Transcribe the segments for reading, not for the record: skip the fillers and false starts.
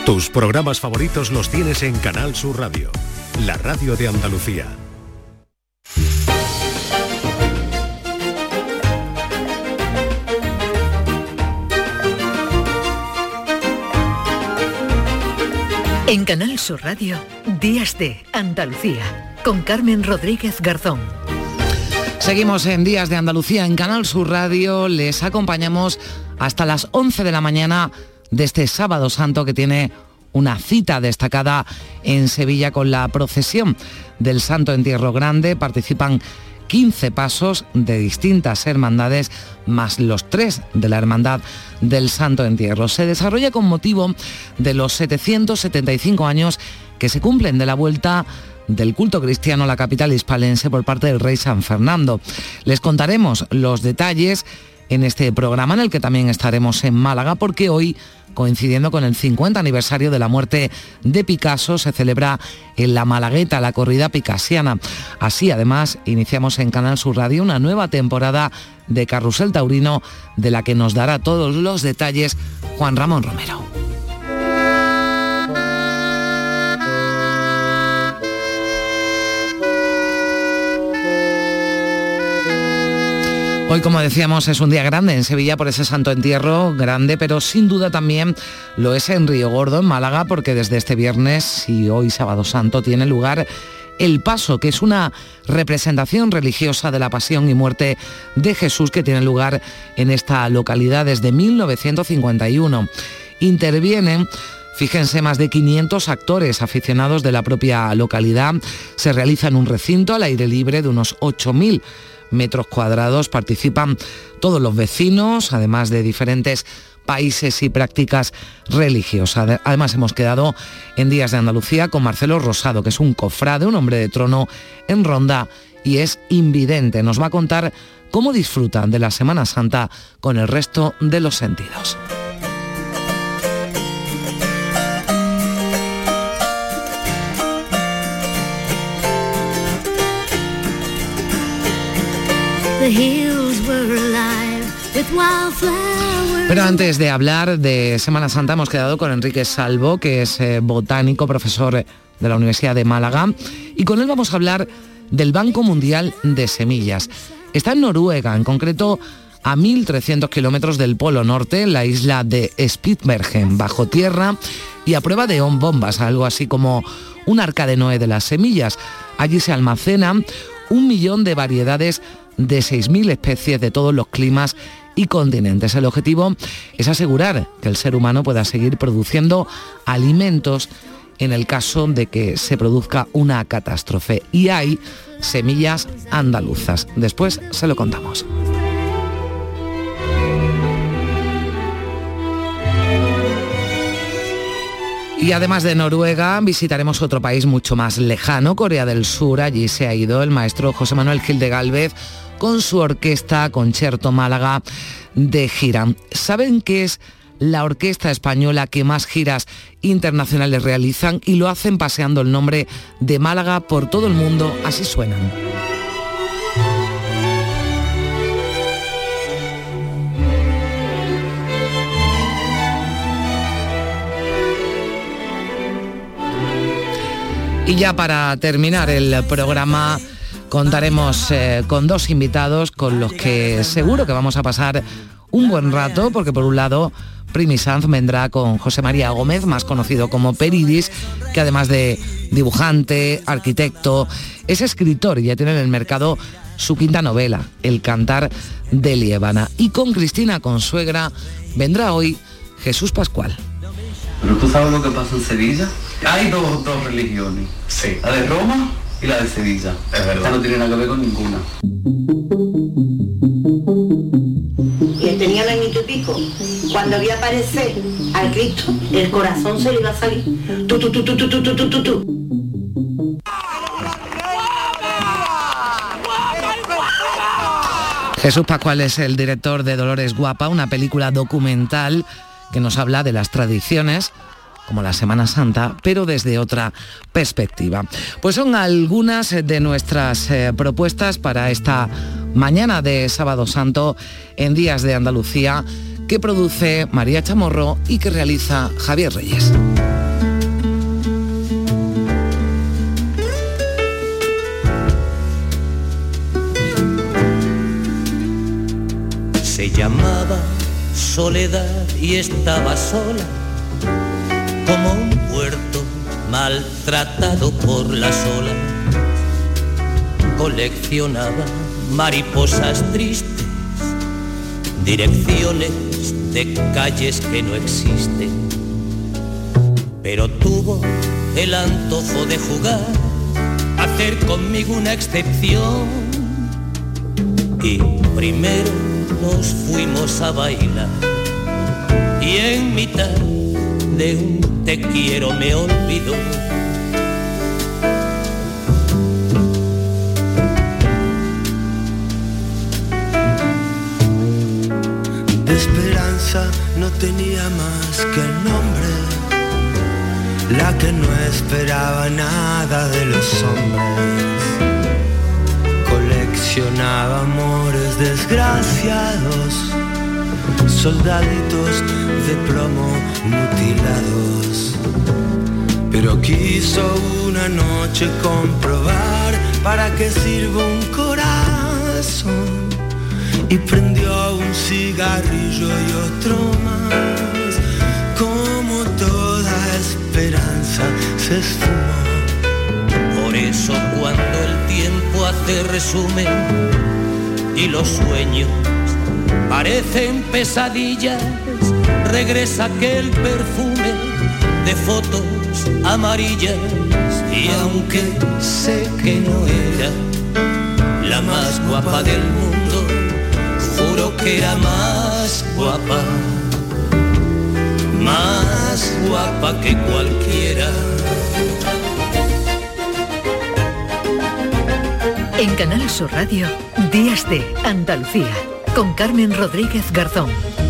Tus programas favoritos los tienes en Canal Sur Radio, la radio de Andalucía. En Canal Sur Radio, Días de Andalucía, con Carmen Rodríguez Garzón. Seguimos en Días de Andalucía en Canal Sur Radio. Les acompañamos hasta las 11 de la mañana de este Sábado Santo, que tiene una cita destacada en Sevilla con la procesión del Santo Entierro Grande. Participan 15 pasos de distintas hermandades, más los 3 de la Hermandad del Santo Entierro. Se desarrolla con motivo de los 775 años que se cumplen de la vuelta del culto cristiano a la capital hispalense por parte del rey San Fernando. Les contaremos los detalles en este programa, en el que también estaremos en Málaga, porque hoy, coincidiendo con el 50 aniversario de la muerte de Picasso, se celebra en la Malagueta la corrida picasiana. Así, además, iniciamos en Canal Sur Radio una nueva temporada de Carrusel Taurino, de la que nos dará todos los detalles Juan Ramón Romero. Hoy, como decíamos, es un día grande en Sevilla por ese Santo Entierro grande, pero sin duda también lo es en Río Gordo, en Málaga, porque desde este viernes y hoy Sábado Santo tiene lugar el Paso, que es una representación religiosa de la pasión y muerte de Jesús, que tiene lugar en esta localidad desde 1951. Intervienen, fíjense, más de 500 actores aficionados de la propia localidad. Se realiza en un recinto al aire libre de unos 8.000 metros cuadrados. Participan todos los vecinos, además de diferentes países y prácticas religiosas. Además, hemos quedado en Días de Andalucía con Marcelo Rosado, que es un cofrade, un hombre de trono en Ronda y es invidente. Nos va a contar cómo disfrutan de la Semana Santa con el resto de los sentidos. Pero antes de hablar de Semana Santa, hemos quedado con Enrique Salvo, que es botánico, profesor de la Universidad de Málaga, y con él vamos a hablar del Banco Mundial de Semillas. Está en Noruega, en concreto a 1.300 kilómetros del Polo Norte, en la isla de Spitsbergen, bajo tierra y a prueba de bombas, algo así como un arca de Noé de las semillas. Allí se almacenan 1 millón de variedades de 6.000 especies de todos los climas y continentes. El objetivo es asegurar que el ser humano pueda seguir produciendo alimentos en el caso de que se produzca una catástrofe. Y hay semillas andaluzas. Después se lo contamos. Y además de Noruega, visitaremos otro país mucho más lejano, Corea del Sur. Allí se ha ido el maestro José Manuel Gil de Gálvez con su orquesta Concerto Málaga de gira. ¿Saben qué es la orquesta española que más giras internacionales realizan? Y lo hacen paseando el nombre de Málaga por todo el mundo. Así suenan. Y ya para terminar el programa contaremos con dos invitados con los que seguro que vamos a pasar un buen rato, porque por un lado Primi Sanz vendrá con José María Gómez, más conocido como Peridis, que además de dibujante, arquitecto, es escritor y ya tiene en el mercado su quinta novela, El Cantar de Liébana. Y con Cristina Consuegra vendrá hoy Jesús Pascual. ¿Pero tú sabes lo que pasa en Sevilla? Hay dos religiones, sí. La de Roma y la de Sevilla. Es verdad. Esta no tiene nada que ver con ninguna. Y él tenía un añito y pico. Cuando vio aparecer al Cristo, el corazón se le iba a salir. Tu. Jesús Pascual es el director de Dolores Guapa, una película documental que nos habla de las tradiciones como la Semana Santa, pero desde otra perspectiva. Pues son algunas de nuestras propuestas para esta mañana de Sábado Santo en Días de Andalucía, que produce María Chamorro y que realiza Javier Reyes. Se llamaba Soledad y estaba sola, como un puerto maltratado por las olas. Coleccionaba mariposas tristes, direcciones de calles que no existen, pero tuvo el antojo de jugar, hacer conmigo una excepción, y primero nos fuimos a bailar, y en mitad de un te quiero me olvidó. De esperanza no tenía más que el nombre, la que no esperaba nada de los hombres. Coleccionaba amores desgraciados, soldaditos de plomo mutilados. Pero quiso una noche comprobar para qué sirve un corazón, y prendió un cigarrillo y otro más. Como toda esperanza se esfumó. Por eso cuando el tiempo hace resumen y los sueños parecen pesadillas, regresa aquel perfume de fotos amarillas, y aunque sé que no era la más guapa del mundo, juro que era más guapa que cualquiera. En Canal Sur Radio, Días de Andalucía, con Carmen Rodríguez Garzón.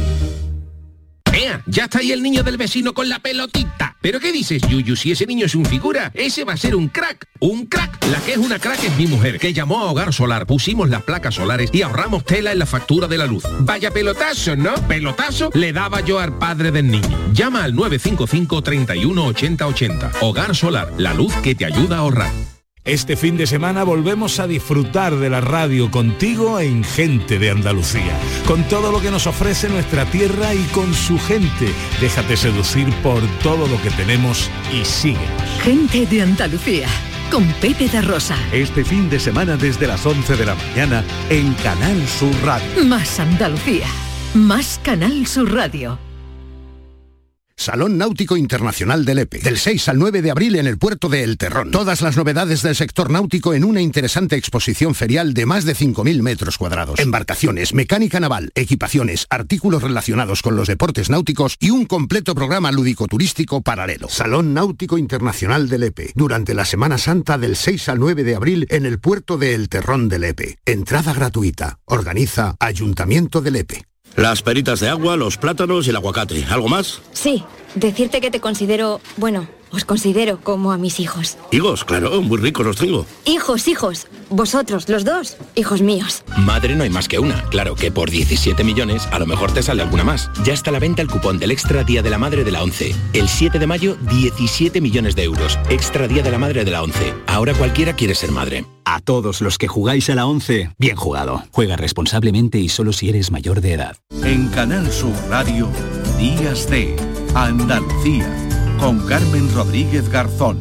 Ya está ahí el niño del vecino con la pelotita. ¿Pero qué dices, Yuyu? Si ese niño es un figura, ese va a ser un crack. ¡Un crack! La que es una crack es mi mujer, que llamó a Hogar Solar, pusimos las placas solares y ahorramos tela en la factura de la luz. Vaya pelotazo, ¿no? Pelotazo le daba yo al padre del niño. Llama al 955 31 80 80. Hogar Solar, la luz que te ayuda a ahorrar. Este fin de semana volvemos a disfrutar de la radio contigo en Gente de Andalucía, con todo lo que nos ofrece nuestra tierra y con su gente. Déjate seducir por todo lo que tenemos y síguenos. Gente de Andalucía, con Pepe da Rosa. Este fin de semana desde las 11 de la mañana en Canal Sur Radio. Más Andalucía, más Canal Sur Radio. Salón Náutico Internacional de Lepe, del 6 al 9 de abril en el puerto de El Terrón. Todas las novedades del sector náutico en una interesante exposición ferial de más de 5.000 metros cuadrados. Embarcaciones, mecánica naval, equipaciones, artículos relacionados con los deportes náuticos y un completo programa lúdico-turístico paralelo. Salón Náutico Internacional de Lepe, durante la Semana Santa del 6 al 9 de abril en el puerto de El Terrón de Lepe. Entrada gratuita. Organiza Ayuntamiento de Lepe. Las peritas de agua, los plátanos y el aguacate. ¿Algo más? Sí, decirte que te considero, bueno, os considero como a mis hijos. Higos, claro, muy ricos los tengo. Hijos, vosotros, los dos, hijos míos. Madre no hay más que una, claro que por 17 millones a lo mejor te sale alguna más. Ya está a la venta el cupón del Extra Día de la Madre de la ONCE. El 7 de mayo, 17 millones de euros. Extra Día de la Madre de la ONCE. Ahora cualquiera quiere ser madre. A todos los que jugáis a la ONCE, bien jugado. Juega responsablemente y solo si eres mayor de edad. En Canal Sur Radio, Días de Andalucía, con Carmen Rodríguez Garzón.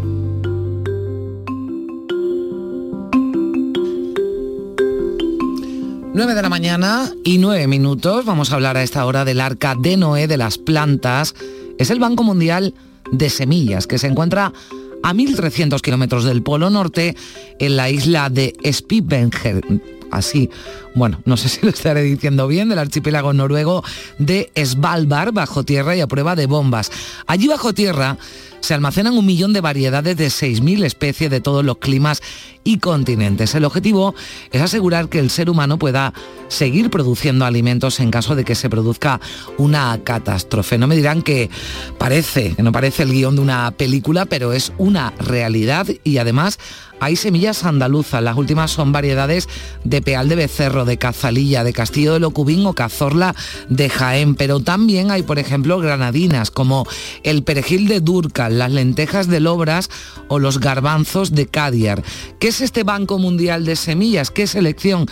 9 de la mañana y 9 minutos. Vamos a hablar a esta hora del Arca de Noé de las plantas. Es el Banco Mundial de Semillas, que se encuentra a 1.300 kilómetros del Polo Norte, en la isla de Spitsbergen. Así, bueno, no sé si lo estaré diciendo bien, del archipiélago noruego de Svalbard, bajo tierra y a prueba de bombas. Allí bajo tierra se almacenan 1 millón de variedades de 6.000 especies de todos los climas y continentes. El objetivo es asegurar que el ser humano pueda seguir produciendo alimentos en caso de que se produzca una catástrofe. No me dirán que no parece el guión de una película, pero es una realidad y además hay semillas andaluzas. Las últimas son variedades de peal de becerro, de cazalilla, de castillo de Locubín o cazorla de Jaén, pero también hay, por ejemplo, granadinas como el perejil de Durcal, las lentejas de Lobras o los garbanzos de Cadiar. ¿Qué es este Banco Mundial de Semillas? ¿Qué selección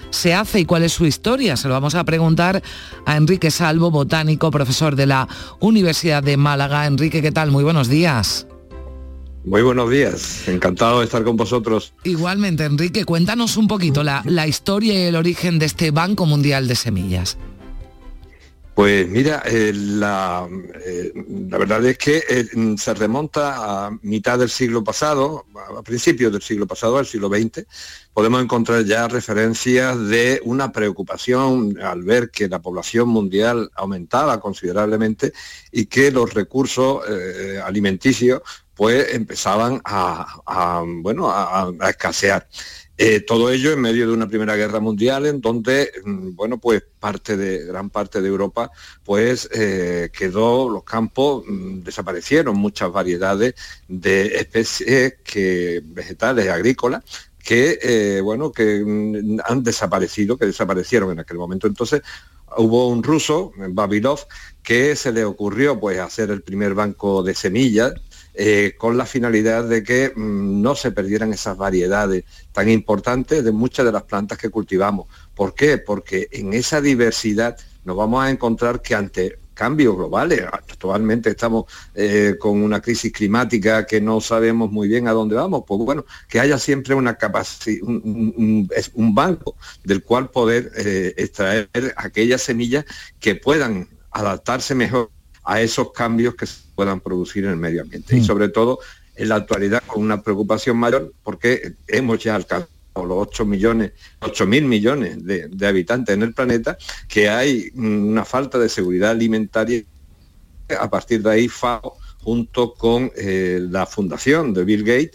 se hace y cuál es su historia? Se lo vamos a preguntar a Enrique Salvo, botánico, profesor de la Universidad de Málaga. Enrique, ¿qué tal? Muy buenos días. Muy buenos días, encantado de estar con vosotros. Igualmente, Enrique, cuéntanos un poquito la historia y el origen de este Banco Mundial de Semillas. Pues mira, la verdad es que se remonta a mitad del siglo pasado, a principios del siglo pasado, al siglo XX. Podemos encontrar ya referencias de una preocupación al ver que la población mundial aumentaba considerablemente y que los recursos alimenticios pues empezaban a escasear. Todo ello en medio de una Primera Guerra Mundial en donde, pues gran parte de Europa, pues quedó, los campos desaparecieron muchas variedades de especies vegetales, agrícolas, que han desaparecido, que desaparecieron en aquel momento. Entonces hubo un ruso, Vavilov, que se le ocurrió pues hacer el primer banco de semillas, con la finalidad de que no se perdieran esas variedades tan importantes de muchas de las plantas que cultivamos. ¿Por qué? Porque en esa diversidad nos vamos a encontrar que ante cambios globales, actualmente estamos con una crisis climática que no sabemos muy bien a dónde vamos, pues bueno, que haya siempre una capacidad, un banco del cual poder extraer aquellas semillas que puedan adaptarse mejor a esos cambios que se puedan producir en el medio ambiente. Y sobre todo en la actualidad con una preocupación mayor porque hemos ya alcanzado los 8.000 millones de habitantes en el planeta, que hay una falta de seguridad alimentaria. A partir de ahí FAO, junto con la fundación de Bill Gates,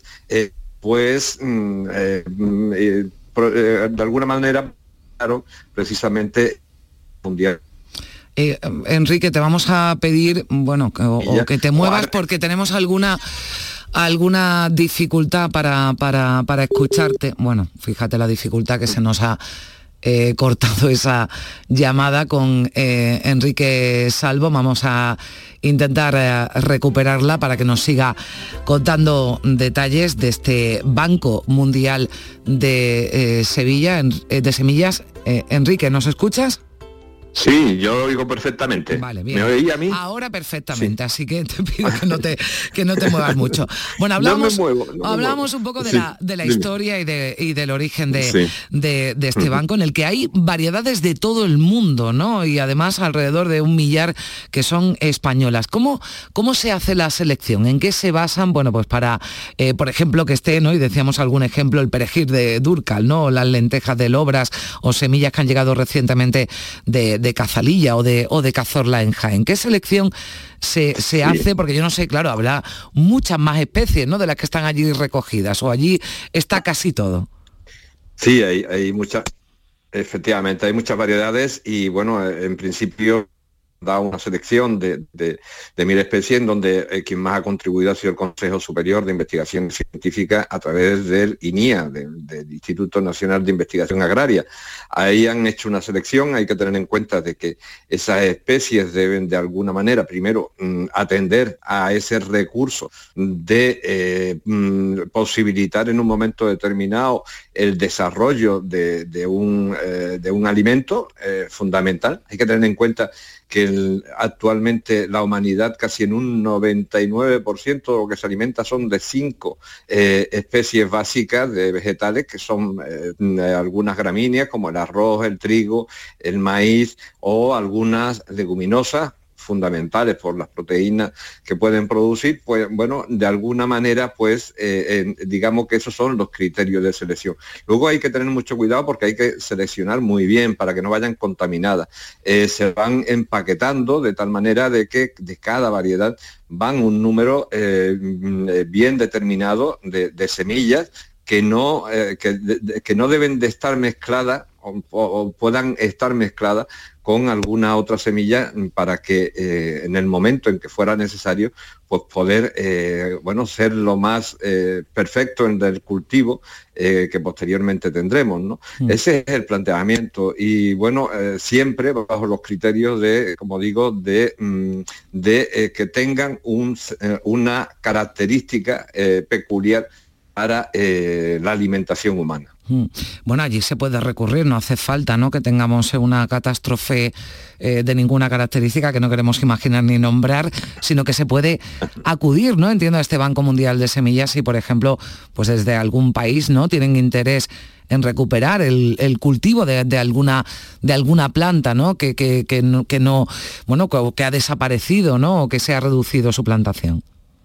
de alguna manera precisamente mundial. Enrique, te vamos a pedir, o que te muevas porque tenemos alguna dificultad para escucharte. Bueno, fíjate la dificultad que se nos ha cortado esa llamada con Enrique Salvo. Vamos a intentar recuperarla para que nos siga contando detalles de este Banco Mundial de Semillas. Enrique, ¿nos escuchas? Sí, yo lo oigo perfectamente. Vale, bien. ¿Me oí a mí? Ahora perfectamente, sí. Así que te pido que no te muevas mucho. Bueno, hablamos un poco de la historia y del origen de este banco, en el que hay variedades de todo el mundo, ¿no? Y además alrededor de 1 millar que son españolas. ¿Cómo se hace la selección? ¿En qué se basan? Bueno, pues para, por ejemplo, que esté, ¿no? Y decíamos algún ejemplo, el perejil de Durcal, ¿no? O las lentejas de Lobras o semillas que han llegado recientemente de Cazalilla o de Cazorla en Jaén. ¿Qué selección se hace? Porque yo no sé, claro, habrá muchas más especies, ¿no?, de las que están allí recogidas, o allí está casi todo. Sí, hay muchas, efectivamente, hay muchas variedades y bueno, en principio da una selección de 1.000 especies en donde quien más ha contribuido ha sido el Consejo Superior de Investigación Científica a través del INIA, del Instituto Nacional de Investigación Agraria. Ahí han hecho una selección. Hay que tener en cuenta de que esas especies deben de alguna manera primero atender a ese recurso de posibilitar en un momento determinado el desarrollo de un alimento fundamental. Hay que tener en cuenta que actualmente la humanidad casi en un 99% de lo que se alimenta son de 5 especies básicas de vegetales, que son algunas gramíneas como el arroz, el trigo, el maíz, o algunas leguminosas fundamentales por las proteínas que pueden producir. Pues bueno, de alguna manera pues digamos que esos son los criterios de selección. Luego hay que tener mucho cuidado porque hay que seleccionar muy bien para que no vayan contaminadas. Se van empaquetando de tal manera de que de cada variedad van un número bien determinado de semillas que no deben de estar mezcladas o puedan estar mezcladas con alguna otra semilla para que en el momento en que fuera necesario pues poder ser lo más perfecto en el cultivo que posteriormente tendremos, ¿no? Ese es el planteamiento y bueno, siempre bajo los criterios de, como digo, de que tengan una característica peculiar para la alimentación humana. Bueno, allí se puede recurrir, no hace falta, ¿no?, que tengamos una catástrofe de ninguna característica que no queremos imaginar ni nombrar, sino que se puede acudir, ¿no? Entiendo, a este Banco Mundial de Semillas si, por ejemplo, pues desde algún país, ¿no?, tienen interés en recuperar el cultivo de alguna planta, ¿no?, que no, bueno, que ha desaparecido, ¿no?, o que se ha reducido su plantación.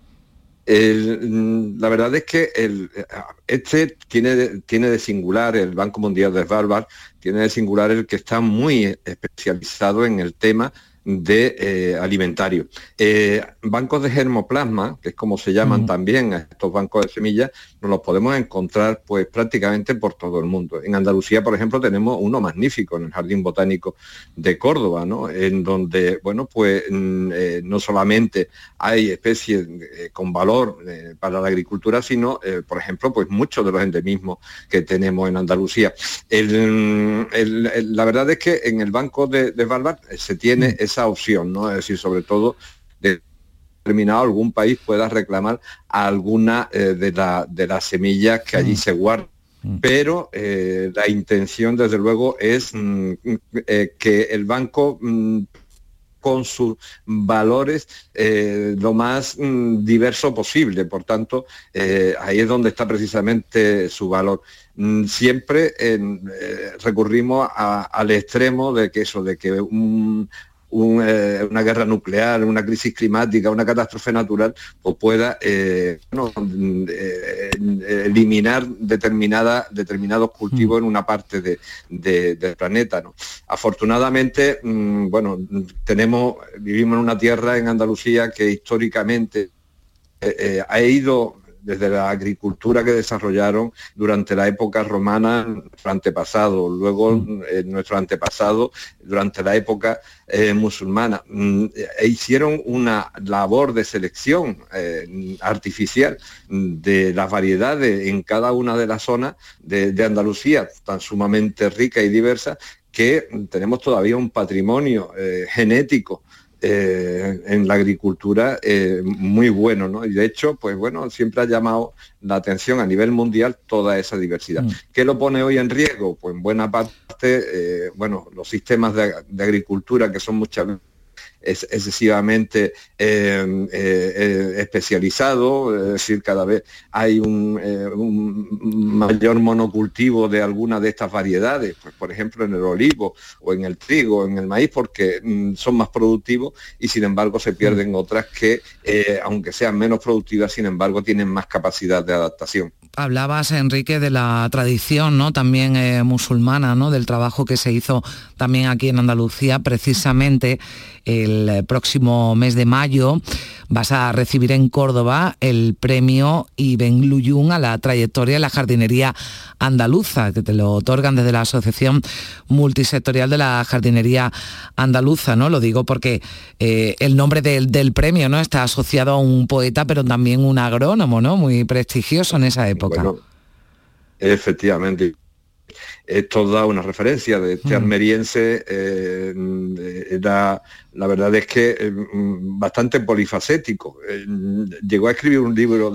La verdad es que este tiene de singular, el Banco Mundial de Svalbard, tiene de singular el que está muy especializado en el tema de alimentario. Bancos de germoplasma, que es como se llaman también a estos bancos de semillas, nos los podemos encontrar pues prácticamente por todo el mundo. En Andalucía, por ejemplo, tenemos uno magnífico en el Jardín Botánico de Córdoba, ¿no?, en donde, bueno, pues no solamente hay especies con valor para la agricultura, sino, por ejemplo, pues muchos de los endemismos que tenemos en Andalucía. La verdad es que en el Banco de Svalbard se tiene esa opción, ¿no?, es decir, sobre todo de determinado algún país pueda reclamar alguna de las semillas que allí se guardan. Pero la intención, desde luego, es que el banco con sus valores lo más diverso posible. Por tanto, ahí es donde está precisamente su valor. Siempre recurrimos al extremo de que una guerra nuclear, una crisis climática, una catástrofe natural, pues pueda eliminar determinados cultivos en una parte del planeta, ¿no? Afortunadamente, vivimos en una tierra, en Andalucía, que históricamente ha ido desde la agricultura que desarrollaron durante la época romana, nuestro antepasado, luego nuestros antepasados durante la época musulmana, hicieron una labor de selección artificial de las variedades en cada una de las zonas de Andalucía, tan sumamente rica y diversa, que tenemos todavía un patrimonio genético en la agricultura muy bueno, ¿no? Y de hecho, pues bueno, siempre ha llamado la atención a nivel mundial toda esa diversidad. ¿Qué lo pone hoy en riesgo? Pues en buena parte, los sistemas de agricultura, que son muchas veces excesivamente especializado, es decir, cada vez hay un mayor monocultivo de alguna de estas variedades, pues, por ejemplo en el olivo o en el trigo, en el maíz, porque son más productivos y sin embargo se pierden otras que, aunque sean menos productivas, sin embargo tienen más capacidad de adaptación. Hablabas, Enrique, de la tradición, ¿no?, también musulmana, ¿no?, del trabajo que se hizo también aquí en Andalucía. Precisamente el próximo mes de mayo vas a recibir en Córdoba el premio Ibn Luyún a la trayectoria en la jardinería andaluza, que te lo otorgan desde la Asociación Multisectorial de la Jardinería Andaluza, ¿no? Lo digo porque el nombre del premio, ¿no?, está asociado a un poeta, pero también un agrónomo, ¿no?, muy prestigioso en esa época. Bueno, efectivamente. Esto da una referencia de este almeriense, la verdad es que bastante polifacético. Llegó a escribir un libro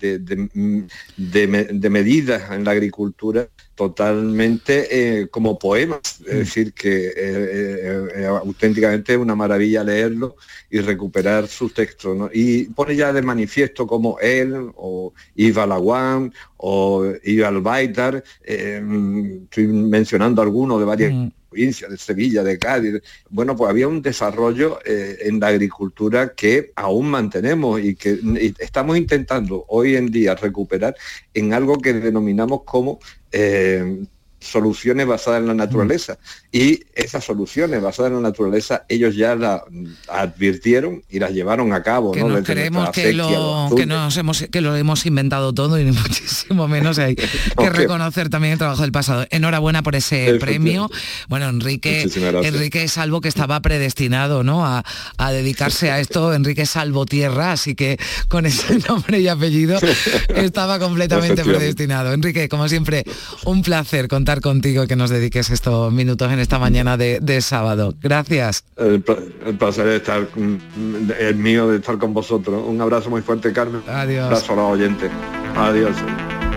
de medidas en la agricultura totalmente como poemas, es decir, que auténticamente es una maravilla leerlo y recuperar sus textos, ¿no? Y pone ya de manifiesto como él, o Yves Alaouane, o Yves Albaitar, estoy mencionando algunos de varias provincias, de Sevilla, de Cádiz. Bueno, pues había un desarrollo en la agricultura que aún mantenemos y que estamos intentando hoy en día recuperar en algo que denominamos como soluciones basadas en la naturaleza. Y esas soluciones basadas en la naturaleza ellos ya las advirtieron y las llevaron a cabo. Que ¿no? nos creemos que lo hemos inventado todo y ni muchísimo menos. Hay que reconocer también el trabajo del pasado. Enhorabuena por ese premio. Bueno, Enrique Salvo, que estaba predestinado, ¿no?, a dedicarse a esto. Enrique Salvo Tierra, así que con ese nombre y apellido estaba completamente predestinado. Enrique, como siempre, un placer contar contigo, que nos dediques estos minutos en esta mañana de sábado. Gracias. El placer es mío de estar con vosotros. Un abrazo muy fuerte, Carmen. Adiós. Un abrazo a los oyentes. Adiós.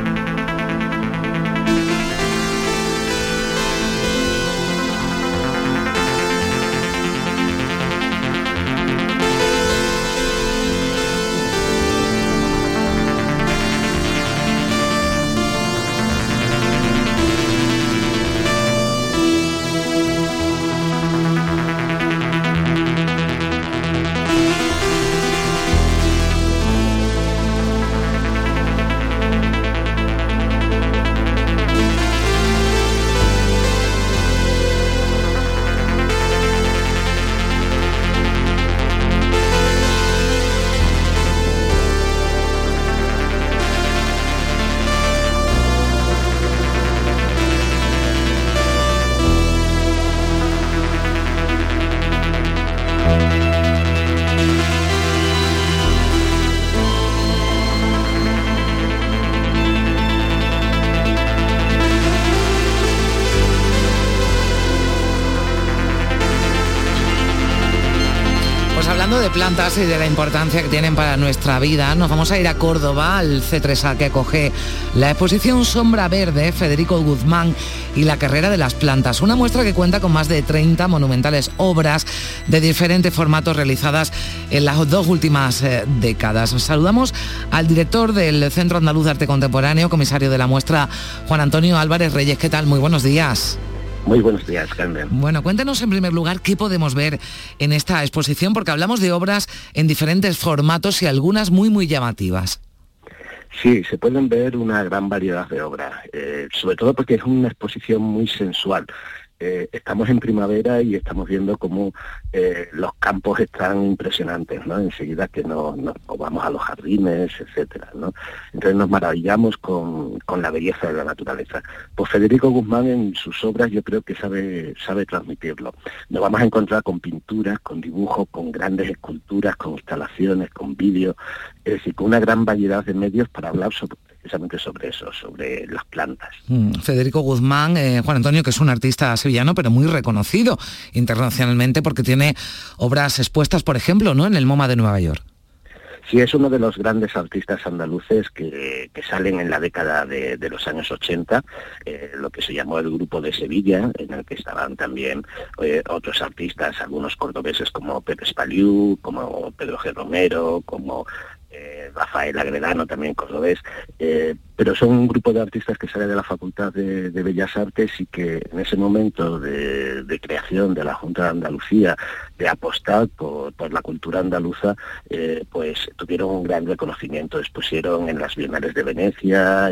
de plantas y de la importancia que tienen para nuestra vida, nos vamos a ir a Córdoba, al C3A, que acoge la exposición Sombra Verde, Federico Guzmán y la carrera de las plantas. Una muestra que cuenta con más de 30 monumentales obras de diferentes formatos realizadas en las 2 últimas décadas. Saludamos al director del Centro Andaluz de Arte Contemporáneo, comisario de la muestra, Juan Antonio Álvarez Reyes. ¿Qué tal? Muy buenos días. Muy buenos días, Carmen. Bueno, cuéntenos en primer lugar qué podemos ver en esta exposición, porque hablamos de obras en diferentes formatos y algunas muy llamativas. Sí, se pueden ver una gran variedad de obras, sobre todo porque es una exposición muy sensual. Estamos en primavera y estamos viendo cómo los campos están impresionantes, ¿no? Enseguida que nos vamos a los jardines, etcétera, ¿no? Entonces nos maravillamos con la belleza de la naturaleza. Pues Federico Guzmán en sus obras yo creo que sabe transmitirlo. Nos vamos a encontrar con pinturas, con dibujos, con grandes esculturas, con instalaciones, con vídeos, es decir, con una gran variedad de medios para hablar precisamente sobre eso, sobre las plantas. Federico Guzmán, Juan Antonio, que es un artista sevillano, pero muy reconocido internacionalmente porque tiene obras expuestas, por ejemplo, ¿no?, en el MoMA de Nueva York. Sí, es uno de los grandes artistas andaluces que salen en la década de los años 80, lo que se llamó el Grupo de Sevilla, en el que estaban también otros artistas, algunos cordobeses como Pepe Espaliú, como Pedro G. Romero, como Rafael Agredano, también cordobés, pero son un grupo de artistas que sale de la Facultad de Bellas Artes y que en ese momento de creación de la Junta de Andalucía, de apostar por la cultura andaluza, pues tuvieron un gran reconocimiento. Expusieron en las Bienales de Venecia,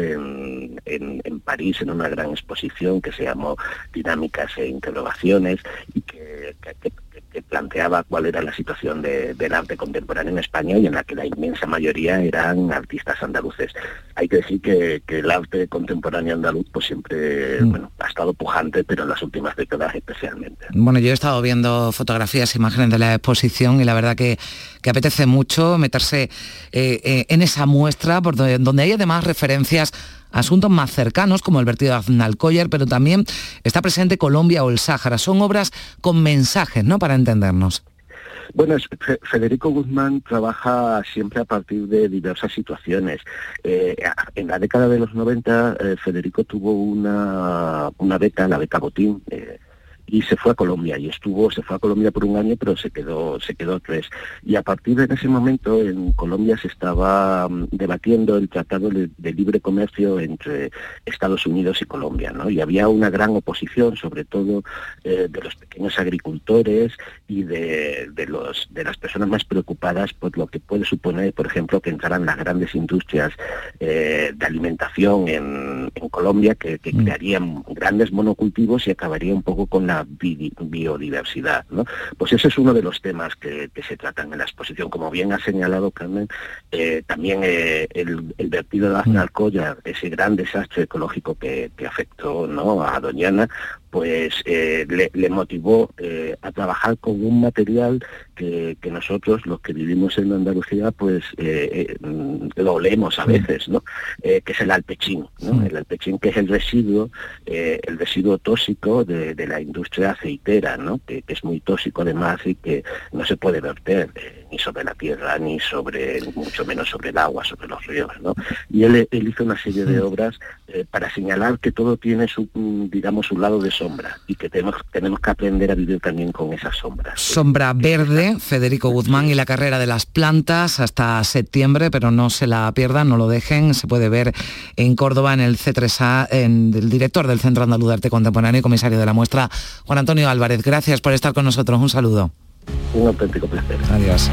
en París, en una gran exposición que se llamó Dinámicas e Interrogaciones, y que planteaba cuál era la situación del arte contemporáneo en España, y en la que la inmensa mayoría eran artistas andaluces. Hay que decir que el arte contemporáneo andaluz pues siempre ha estado pujante, pero en las últimas décadas especialmente. Bueno, yo he estado viendo fotografías, imágenes de la exposición, y la verdad que apetece mucho meterse en esa muestra, por donde hay además referencias a asuntos más cercanos, como el vertido de Aznalcóllar, pero también está presente Colombia o el Sáhara. Son obras con mensajes, ¿no?, para entendernos. Bueno, Federico Guzmán trabaja siempre a partir de diversas situaciones. En la década de los 90, Federico tuvo una beca, la beca Botín, y se fue a Colombia, se fue a Colombia por un año, pero se quedó 3. Y a partir de ese momento en Colombia se estaba debatiendo el Tratado de Libre Comercio entre Estados Unidos y Colombia, ¿no? Y había una gran oposición, sobre todo de los pequeños agricultores y de las personas más preocupadas por lo que puede suponer, por ejemplo, que entraran las grandes industrias de alimentación en Colombia, que crearían grandes monocultivos y acabaría un poco con la biodiversidad, ¿no? Pues ese es uno de los temas que se tratan en la exposición. Como bien ha señalado Carmen, también el vertido de Aznalcóllar, ese gran desastre ecológico que afectó, ¿no?, a Doñana, pues le motivó a trabajar con un material que nosotros, los que vivimos en Andalucía, pues lo olemos a veces, ¿no? Que es el alpechín, ¿no? El alpechín, que es el residuo tóxico de la industria aceitera, ¿no? Que es muy tóxico además y que no se puede verter ni sobre la tierra, ni mucho menos sobre el agua, sobre los ríos, ¿no? Y él hizo una serie de obras para señalar que todo tiene su lado de sombra, y que tenemos que aprender a vivir también con esas sombras. Sombra Verde, Federico Guzmán y la carrera de las plantas, hasta septiembre, pero no se la pierdan, no lo dejen. Se puede ver en Córdoba, en el C3A, el director del Centro Andaluz de Arte Contemporáneo y comisario de la muestra, Juan Antonio Álvarez. Gracias por estar con nosotros. Un saludo. Un auténtico placer. Adiós.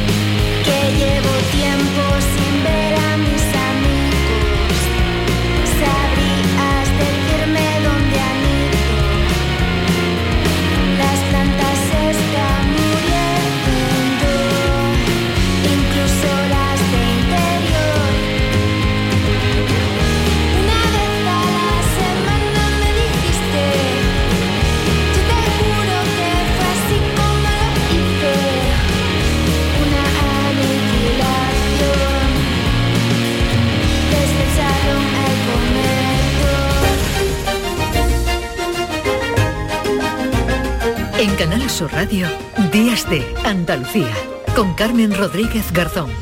Llevo tiempo sin ver a mis amigos. En Canal Sur Radio, Días de Andalucía, con Carmen Rodríguez Garzón.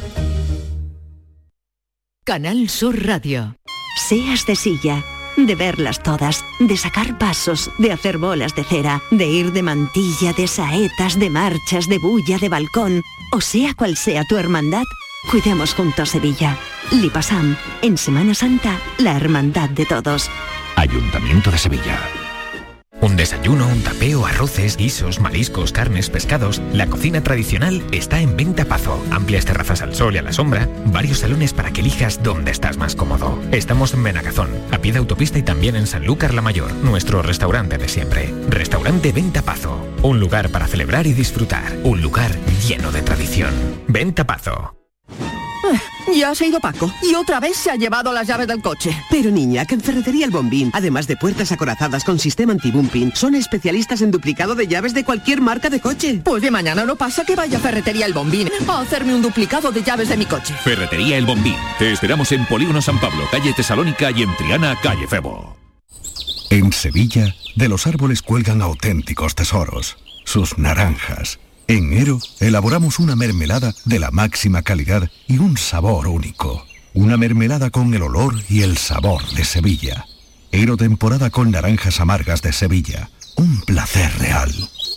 Canal Sur Radio. Seas de silla, de verlas todas, de sacar pasos, de hacer bolas de cera, de ir de mantilla, de saetas, de marchas, de bulla, de balcón, o sea cual sea tu hermandad, cuidemos juntos Sevilla. Lipasam, en Semana Santa, la hermandad de todos. Ayuntamiento de Sevilla. Un desayuno, un tapeo, arroces, guisos, mariscos, carnes, pescados. La cocina tradicional está en Venta Pazo. Amplias terrazas al sol y a la sombra. Varios salones para que elijas dónde estás más cómodo. Estamos en Benagazón, a pie de autopista y también en Sanlúcar la Mayor, nuestro restaurante de siempre. Restaurante Venta Pazo. Un lugar para celebrar y disfrutar. Un lugar lleno de tradición. Venta Pazo. Ya se ha ido Paco y otra vez se ha llevado las llaves del coche. Pero niña, que en Ferretería El Bombín, además de puertas acorazadas con sistema anti-bumping, son especialistas en duplicado de llaves de cualquier marca de coche. Pues de mañana no pasa que vaya a Ferretería El Bombín a hacerme un duplicado de llaves de mi coche. Ferretería El Bombín. Te esperamos en Polígono San Pablo, calle Tesalónica, y en Triana, calle Febo. En Sevilla, de los árboles cuelgan auténticos tesoros, sus naranjas. En Ero elaboramos una mermelada de la máxima calidad y un sabor único. Una mermelada con el olor y el sabor de Sevilla. Ero temporada con naranjas amargas de Sevilla. Un placer real.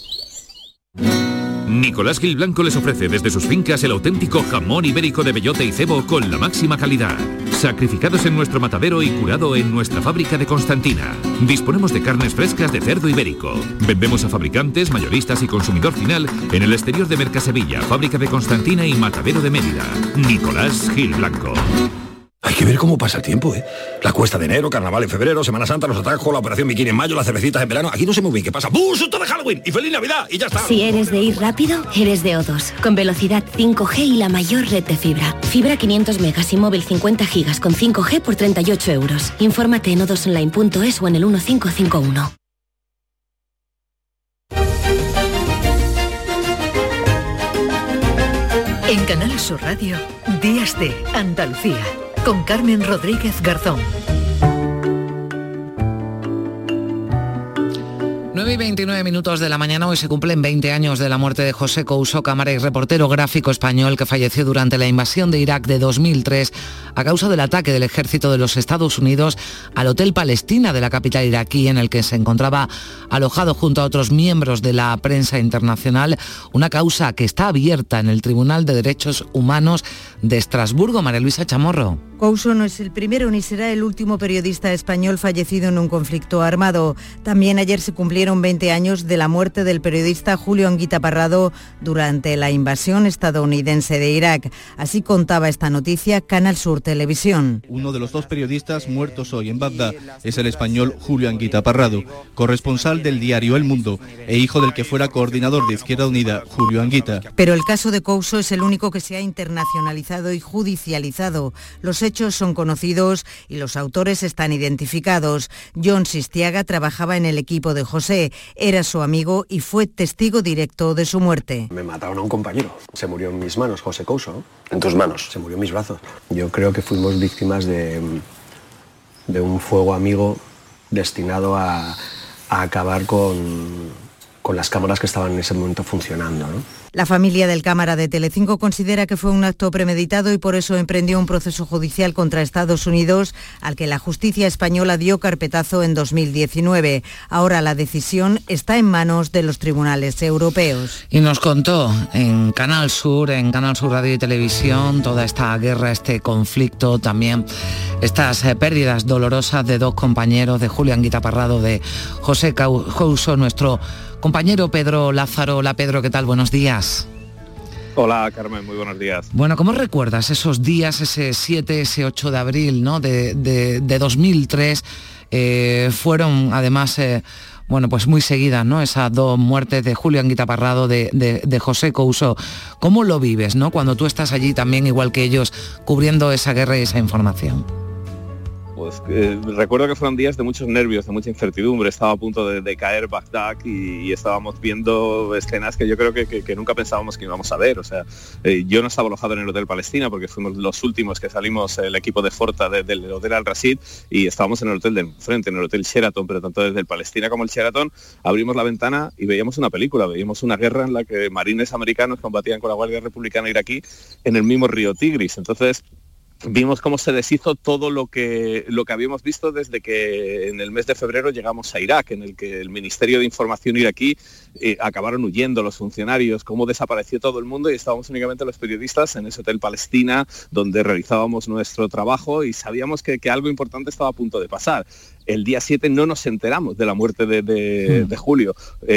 Nicolás Gil Blanco les ofrece desde sus fincas el auténtico jamón ibérico de bellota y cebo con la máxima calidad. Sacrificados en nuestro matadero y curado en nuestra fábrica de Constantina. Disponemos de carnes frescas de cerdo ibérico. Vendemos a fabricantes, mayoristas y consumidor final en el exterior de Mercasevilla, fábrica de Constantina y matadero de Mérida. Nicolás Gil Blanco. Hay que ver cómo pasa el tiempo, ¿eh? La cuesta de enero, carnaval en febrero, Semana Santa, los atajos, la operación bikini en mayo, las cervecitas en verano. Aquí no sé muy bien qué pasa. ¡Bú! ¡Susto de Halloween! ¡Y feliz Navidad! ¡Y ya está! Si eres de ir rápido, eres de O2. Con velocidad 5G y la mayor red de fibra. Fibra 500 megas y móvil 50 gigas con 5G por 38 euros. Infórmate en o2online.es o en el 1551. En Canal Sur Radio, Días de Andalucía, con Carmen Rodríguez Garzón. 9:29 de la mañana. Hoy se cumplen 20 años de la muerte de José Couso, cámara y reportero gráfico español que falleció durante la invasión de Irak de 2003 a causa del ataque del ejército de los Estados Unidos al Hotel Palestina de la capital iraquí, en el que se encontraba alojado junto a otros miembros de la prensa internacional, una causa que está abierta en el Tribunal de Derechos Humanos de Estrasburgo. María Luisa Chamorro. Couso no es el primero ni será el último periodista español fallecido en un conflicto armado. También ayer se cumplieron 20 años de la muerte del periodista Julio Anguita Parrado durante la invasión estadounidense de Irak. Así contaba esta noticia Canal Sur Televisión. Uno de los dos periodistas muertos hoy en Bagdad es el español Julio Anguita Parrado, corresponsal del diario El Mundo e hijo del que fuera coordinador de Izquierda Unida, Julio Anguita. Pero el caso de Couso es el único que se ha internacionalizado y judicializado. Los hechos son conocidos y los autores están identificados. John Sistiaga trabajaba en el equipo de José, era su amigo y fue testigo directo de su muerte. Me mataron a un compañero, se murió en mis manos, José Couso. ¿En tus manos? Se murió en mis brazos. Yo creo que fuimos víctimas de un fuego amigo destinado a acabar con las cámaras que estaban en ese momento funcionando, ¿no? La familia del cámara de Telecinco considera que fue un acto premeditado y por eso emprendió un proceso judicial contra Estados Unidos, al que la justicia española dio carpetazo en 2019. Ahora la decisión está en manos de los tribunales europeos. Y nos contó en Canal Sur Radio y Televisión, toda esta guerra, este conflicto, también estas pérdidas dolorosas de dos compañeros, de Julio Anguita Parrado, de José Couso, nuestro compañero Pedro Lázaro. Hola Pedro, ¿qué tal? Buenos días. Hola Carmen, muy buenos días. Bueno, ¿cómo recuerdas esos días, ese 7, ese 8 de abril, ¿no? de 2003? Fueron además, pues muy seguidas, ¿no? Esas dos muertes de Julio Anguita Parrado, de José Couso. ¿Cómo lo vives, ¿no? Cuando tú estás allí también, igual que ellos, cubriendo esa guerra y esa información. pues recuerdo que fueron días de muchos nervios, de mucha incertidumbre. Estaba a punto de caer Bagdad y estábamos viendo escenas que yo creo que nunca pensábamos que íbamos a ver. O sea, yo no estaba alojado en el Hotel Palestina porque fuimos los últimos que salimos, el equipo de Forta del Hotel Al Rashid, y estábamos en el hotel del frente, en el Hotel Sheraton, pero tanto desde el Palestina como el Sheraton abrimos la ventana y veíamos una película, veíamos una guerra en la que marines americanos combatían con la Guardia Republicana iraquí en el mismo río Tigris. Entonces vimos cómo se deshizo todo lo que habíamos visto desde que en el mes de febrero llegamos a Irak, en el que el Ministerio de Información iraquí acabaron huyendo los funcionarios, cómo desapareció todo el mundo y estábamos únicamente los periodistas en ese Hotel Palestina donde realizábamos nuestro trabajo y sabíamos que algo importante estaba a punto de pasar. El día 7 no nos enteramos de la muerte de Julio.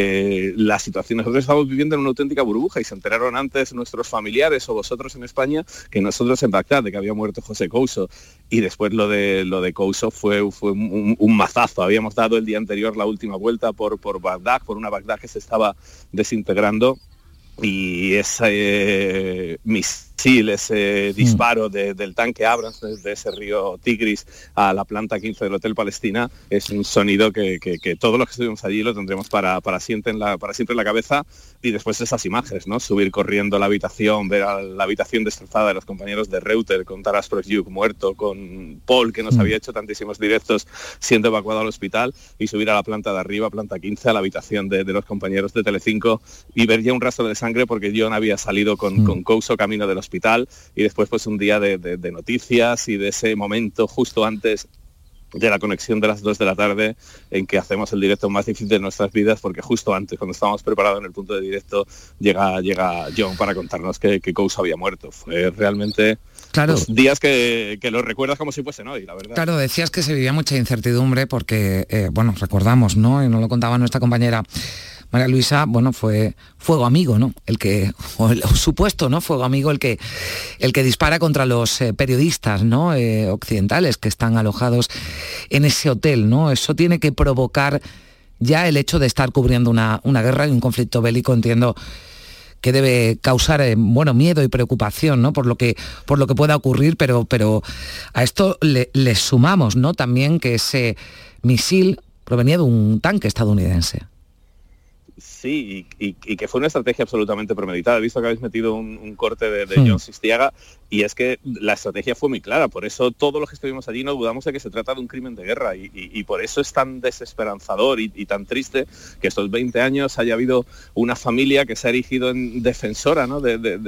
La situación, nosotros estamos viviendo en una auténtica burbuja y se enteraron antes nuestros familiares o vosotros en España que nosotros en Bagdad, de que había muerto José Couso. Y después lo de Couso fue un mazazo. Habíamos dado el día anterior la última vuelta por Bagdad, por una Bagdad que se estaba desintegrando, y ese misil, ese disparo del tanque Abrams desde ese río Tigris a la planta 15 del Hotel Palestina es un sonido que todos los que estuvimos allí lo tendremos para siempre en la cabeza. Y después esas imágenes, ¿no? Subir corriendo a la habitación, ver a la habitación destrozada de los compañeros de Reuter, con Taras Prosyuk muerto, con Paul, que nos había hecho tantísimos directos siendo evacuado al hospital, y subir a la planta de arriba, planta 15, a la habitación de los compañeros de Telecinco y ver ya un rastro de sangre porque John había salido con Couso camino del hospital, y después pues un día de noticias y de ese momento justo antes de la conexión de las 2 de la tarde en que hacemos el directo más difícil de nuestras vidas, porque justo antes, cuando estábamos preparados en el punto de directo, llega John para contarnos que Couso había muerto. Fue realmente días que los recuerdas como si fuesen hoy, la verdad. Claro, decías que se vivía mucha incertidumbre porque, recordamos, ¿no? Y nos lo contaba nuestra compañera María Luisa, fue fuego amigo, ¿no? El supuesto, ¿no? Fuego amigo el que dispara contra los periodistas, ¿no? Occidentales que están alojados en ese hotel, ¿no? Eso tiene que provocar ya el hecho de estar cubriendo una guerra y un conflicto bélico, entiendo que debe causar miedo y preocupación, ¿no? por lo que pueda ocurrir, pero a esto le sumamos, ¿no? También que ese misil provenía de un tanque estadounidense. Sí, y que fue una estrategia absolutamente premeditada. He visto que habéis metido un corte de John Sistiaga, y es que la estrategia fue muy clara. Por eso todos los que estuvimos allí no dudamos de que se trata de un crimen de guerra, y por eso es tan desesperanzador y tan triste que estos 20 años haya habido una familia que se ha erigido en defensora, ¿no?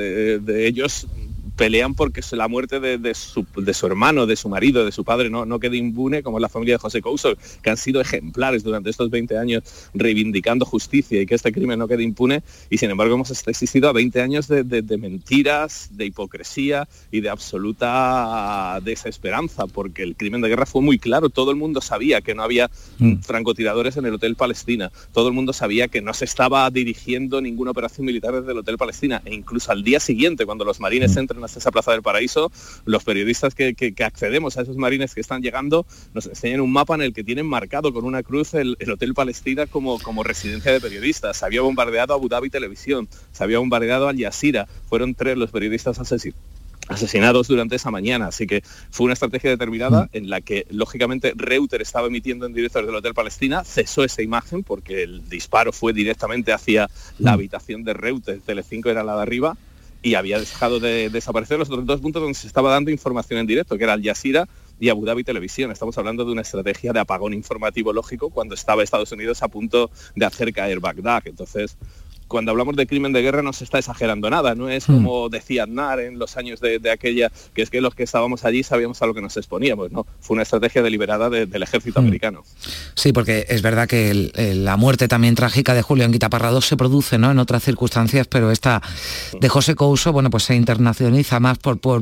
de ellos. Pelean porque la muerte de su hermano, de su marido, de su padre no quede impune, como es la familia de José Couso, que han sido ejemplares durante estos 20 años reivindicando justicia y que este crimen no quede impune, y sin embargo hemos existido a 20 años de mentiras, de hipocresía y de absoluta desesperanza, porque el crimen de guerra fue muy claro. Todo el mundo sabía que no había francotiradores en el Hotel Palestina, todo el mundo sabía que no se estaba dirigiendo ninguna operación militar desde el Hotel Palestina, e incluso al día siguiente, cuando los marines entran hasta esa Plaza del Paraíso, los periodistas que accedemos a esos marines que están llegando nos enseñan un mapa en el que tienen marcado con una cruz el Hotel Palestina como residencia de periodistas. Se había bombardeado Abu Dhabi Televisión, se había bombardeado Al Jazeera. Fueron 3 los periodistas asesinados durante esa mañana, así que fue una estrategia determinada en la que lógicamente Reuter estaba emitiendo en directo desde el Hotel Palestina. Cesó esa imagen porque el disparo fue directamente hacia la habitación de Reuter. Telecinco era la de arriba, y había dejado de desaparecer los otros 2 puntos donde se estaba dando información en directo, que era Al Jazeera y Abu Dhabi Televisión. Estamos hablando de una estrategia de apagón informativo lógico cuando estaba Estados Unidos a punto de hacer caer Bagdad. Entonces, cuando hablamos de crimen de guerra no se está exagerando nada, no es como decía Aznar en los años de aquella, que es que los que estábamos allí sabíamos a lo que nos exponíamos, ¿no? Fue una estrategia deliberada del ejército americano. Sí, porque es verdad que la muerte también trágica de Julio Anguita Parrado se produce, ¿no?, en otras circunstancias, pero esta de José Couso, pues se internacionaliza más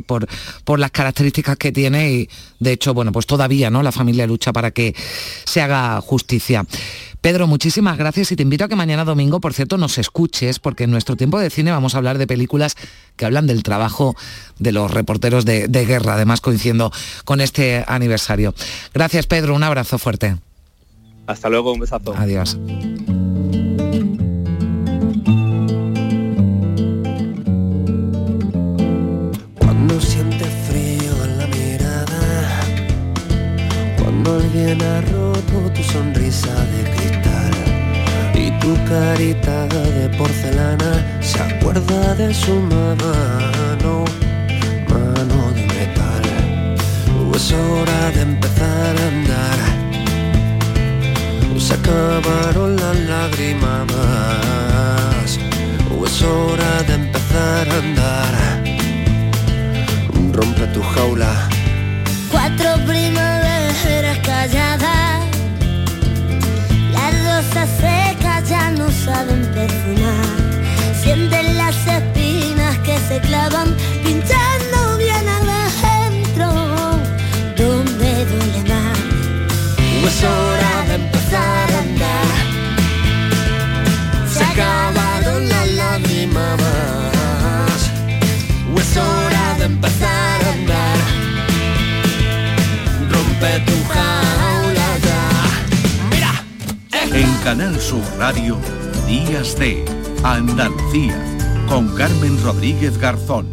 por las características que tiene, y de hecho, pues todavía, ¿no?, la familia lucha para que se haga justicia. Pedro, muchísimas gracias, y te invito a que mañana domingo, por cierto, nos escuches, porque en nuestro tiempo de cine vamos a hablar de películas que hablan del trabajo de los reporteros de guerra, además coincidiendo con este aniversario. Gracias, Pedro, un abrazo fuerte. Hasta luego, un besazo. Adiós. Cuando sientes frío en la mirada, tu carita de porcelana, se acuerda de su mano, mano de metal. Es hora de empezar a andar, se acabaron las lágrimas. Es hora de empezar a andar, rompe tu jaula. 4 primaveras calladas, las rosas secas ya no saben perfumar, sienten las espinas que se clavan pinchando bien adentro, donde duele más. Es hora de empezar a andar, se acabaron las lágrimas. Es hora de empezar a andar, rompe tu jaula ya. Mira. En Canal Sur Radio, Días de Andalucía, con Carmen Rodríguez Garzón.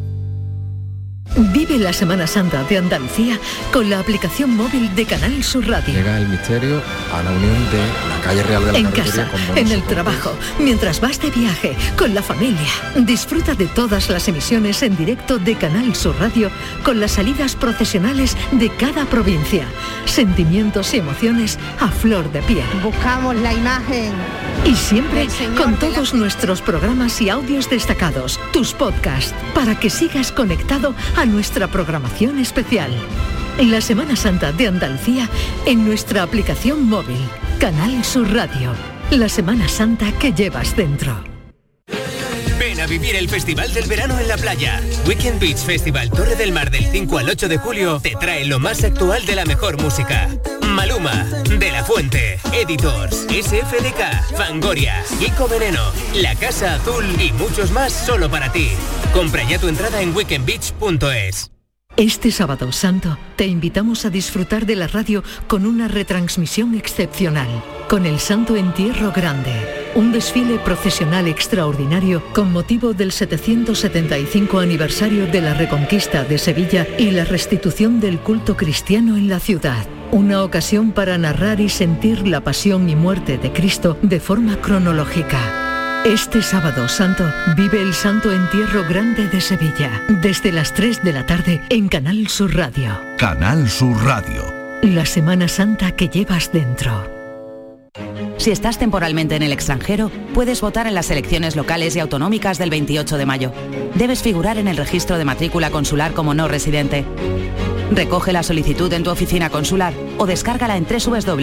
Vive la Semana Santa de Andalucía con la aplicación móvil de Canal Sur Radio. Llega el misterio a la unión de la calle Real de la En Carretería casa, con en el trabajo, mientras vas de viaje, con la familia. Disfruta de todas las emisiones en directo de Canal Sur Radio con las salidas procesionales de cada provincia. Sentimientos y emociones a flor de piel. Buscamos la imagen. Y siempre con todos nuestros programas y audios destacados, tus podcasts, para que sigas conectado a nuestra programación especial. La Semana Santa de Andalucía en nuestra aplicación móvil, Canal Sur Radio. La Semana Santa que llevas dentro. Ven a vivir el Festival del Verano en la playa. Weekend Beach Festival Torre del Mar del 5 al 8 de julio te trae lo más actual de la mejor música. Maluma, De La Fuente, Editors, SFDK, Fangoria, Kiko Veneno, La Casa Azul y muchos más solo para ti. Compra ya tu entrada en weekendbeach.es. Este sábado santo te invitamos a disfrutar de la radio con una retransmisión excepcional, con el Santo Entierro Grande, un desfile procesional extraordinario con motivo del 775 aniversario de la Reconquista de Sevilla y la restitución del culto cristiano en la ciudad. Una ocasión para narrar y sentir la pasión y muerte de Cristo de forma cronológica. Este sábado santo vive el Santo Entierro Grande de Sevilla, desde las 3 de la tarde en Canal Sur Radio. Canal Sur Radio. La Semana Santa que llevas dentro. Si estás temporalmente en el extranjero, puedes votar en las elecciones locales y autonómicas del 28 de mayo. Debes figurar en el registro de matrícula consular como no residente. Recoge la solicitud en tu oficina consular o descárgala en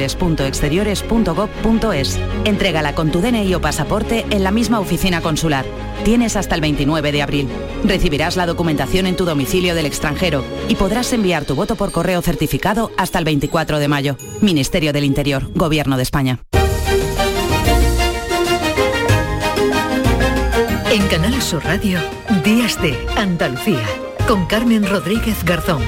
www.exteriores.gov.es. Entrégala con tu DNI o pasaporte en la misma oficina consular. Tienes hasta el 29 de abril. Recibirás la documentación en tu domicilio del extranjero y podrás enviar tu voto por correo certificado hasta el 24 de mayo. Ministerio del Interior, Gobierno de España. En Canal Sur Radio, Días de Andalucía, con Carmen Rodríguez Garzón.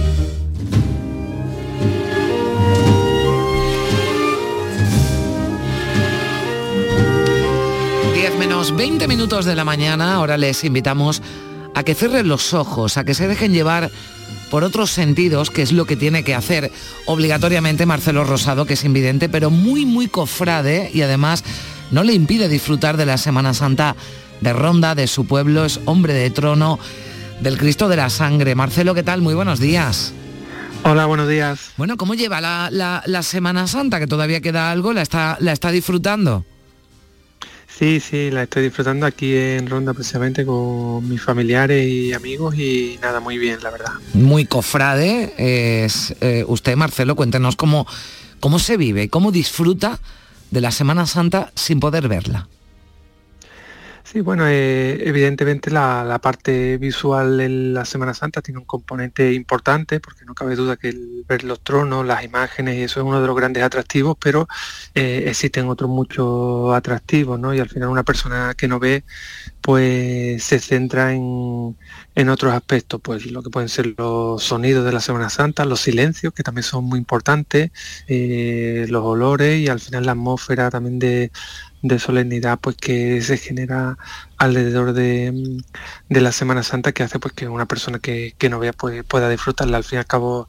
20 minutos de la mañana, ahora les invitamos a que cierren los ojos, a que se dejen llevar por otros sentidos, que es lo que tiene que hacer obligatoriamente Marcelo Rosado, que es invidente, pero muy cofrade, y además no le impide disfrutar de la Semana Santa de Ronda, de su pueblo, es hombre de trono del Cristo de la Sangre. Marcelo, ¿qué tal? Muy buenos días. Hola, buenos días. Bueno, ¿cómo lleva la Semana Santa? Que todavía queda algo, ¿la está disfrutando? Sí, la estoy disfrutando aquí en Ronda precisamente con mis familiares y amigos y nada, muy bien, la verdad. Muy cofrade es usted, Marcelo, cuéntenos cómo se vive, cómo disfruta de la Semana Santa sin poder verla. Sí, bueno, evidentemente la parte visual en la Semana Santa tiene un componente importante, porque no cabe duda que el ver los tronos, las imágenes, eso es uno de los grandes atractivos, pero existen otros muchos atractivos, ¿no? Y al final una persona que no ve, pues se centra en otros aspectos, pues lo que pueden ser los sonidos de la Semana Santa, los silencios, que también son muy importantes, los olores y al final la atmósfera también de solemnidad pues que se genera alrededor de la Semana Santa, que hace pues que una persona que no vea pues pueda disfrutarla. Al fin y al cabo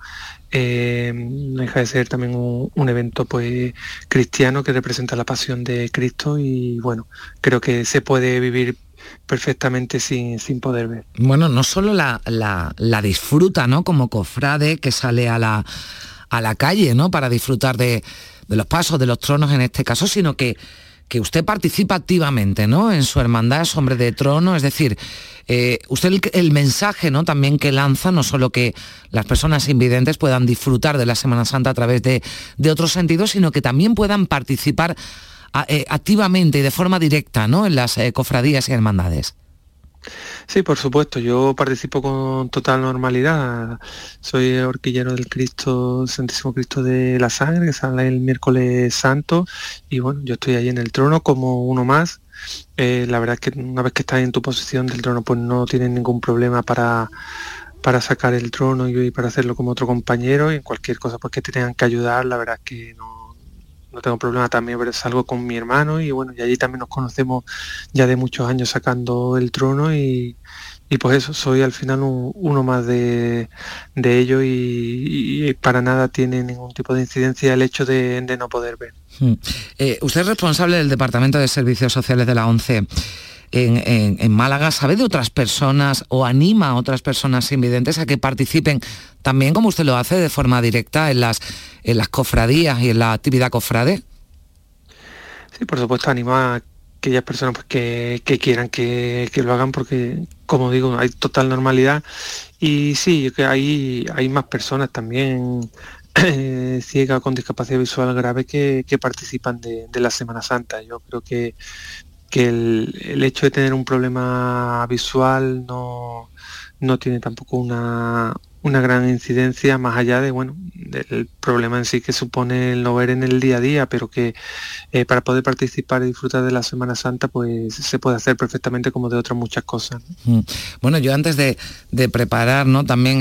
no deja de ser también un evento pues cristiano que representa la pasión de Cristo, y bueno, creo que se puede vivir perfectamente sin poder ver. Bueno, no solo la disfruta, ¿no?, como cofrade que sale a la calle, ¿no?, para disfrutar de los pasos, de los tronos en este caso, sino que usted participa activamente, ¿no?, en su hermandad, es hombre de trono, es decir, usted el mensaje, ¿no?, también que lanza, no solo que las personas invidentes puedan disfrutar de la Semana Santa a través de otros sentidos, sino que también puedan participar activamente y de forma directa, ¿no?, en las cofradías y hermandades. Sí, por supuesto, yo participo con total normalidad. Soy horquillero del Santísimo Cristo de la Sangre, que sale el miércoles santo, y bueno, yo estoy ahí en el trono como uno más. La verdad es que una vez que estás en tu posición del trono, pues no tienes ningún problema para sacar el trono y para hacerlo como otro compañero, y en cualquier cosa pues que te tengan que ayudar, la verdad es que no tengo problema también, pero salgo con mi hermano, y bueno, y allí también nos conocemos ya de muchos años sacando el trono, y pues eso, soy al final uno más de ello, y para nada tiene ningún tipo de incidencia el hecho de no poder ver. Usted es responsable del Departamento de Servicios Sociales de la ONCE en Málaga. ¿Sabe de otras personas o anima a otras personas invidentes a que participen también, como usted lo hace, de forma directa en las cofradías y en la actividad cofrade? Sí, por supuesto, animo a aquellas personas pues, que quieran que lo hagan, porque, como digo, hay total normalidad, y sí, que hay más personas también ciegas con discapacidad visual grave que participan de la Semana Santa. Yo creo que el hecho de tener un problema visual no tiene tampoco una gran incidencia, más allá de del problema en sí que supone el no ver en el día a día, pero que para poder participar y disfrutar de la Semana Santa pues se puede hacer perfectamente como de otras muchas cosas, ¿no? Bueno, yo antes de preparar, ¿no?, también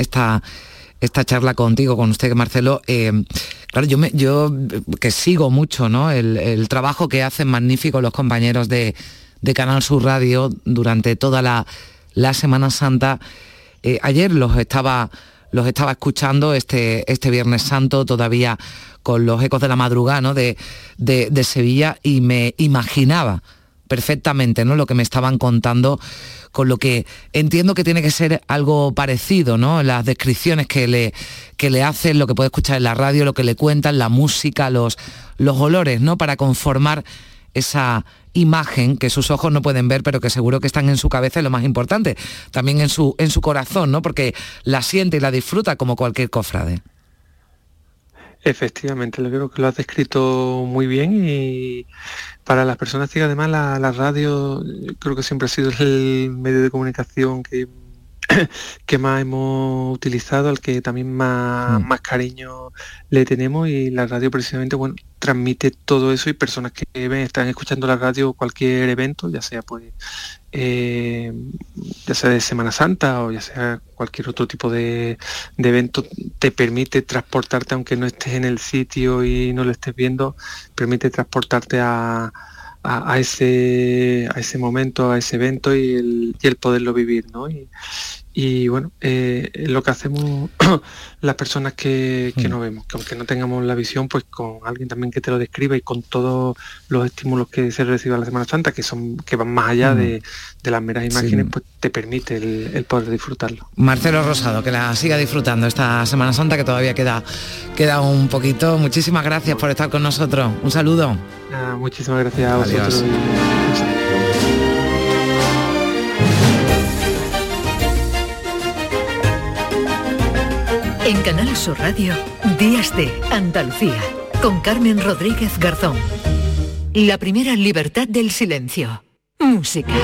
esta charla contigo, con usted, Marcelo, claro, yo que sigo mucho, ¿no?, el trabajo que hacen magnífico los compañeros de Canal Sur Radio durante toda la Semana Santa. Ayer los estaba escuchando este Viernes Santo, todavía con los ecos de la madrugada, ¿no?, de Sevilla, y me imaginaba perfectamente, ¿no?, lo que me estaban contando, con lo que entiendo que tiene que ser algo parecido, ¿no?, las descripciones que le hacen, lo que puede escuchar en la radio, lo que le cuentan, la música, los olores, ¿no?, para conformar esa imagen que sus ojos no pueden ver, pero que seguro que están en su cabeza, y lo más importante, también en su corazón, ¿no?, porque la siente y la disfruta como cualquier cofrade. Efectivamente, creo que lo has descrito muy bien, y para las personas que además la radio creo que siempre ha sido el medio de comunicación que más hemos utilizado, al que también más cariño le tenemos, y la radio precisamente transmite todo eso, y personas que están escuchando la radio, cualquier evento, ya sea de Semana Santa o ya sea cualquier otro tipo de evento, te permite transportarte, aunque no estés en el sitio y no lo estés viendo, permite transportarte a ese momento, a ese evento, y el poderlo vivir, ¿no? Y bueno, lo que hacemos las personas que no vemos, que aunque no tengamos la visión, pues con alguien también que te lo describa, y con todos los estímulos que se reciben a la Semana Santa, que van más allá de las meras imágenes, pues te permite el poder disfrutarlo. Marcelo Rosado, que la siga disfrutando esta Semana Santa, que todavía queda un poquito. Muchísimas gracias por estar con nosotros. Un saludo. Muchísimas gracias a vosotros. En Canal Sur Radio, Días de Andalucía, con Carmen Rodríguez Garzón. La primera libertad del silencio. Música.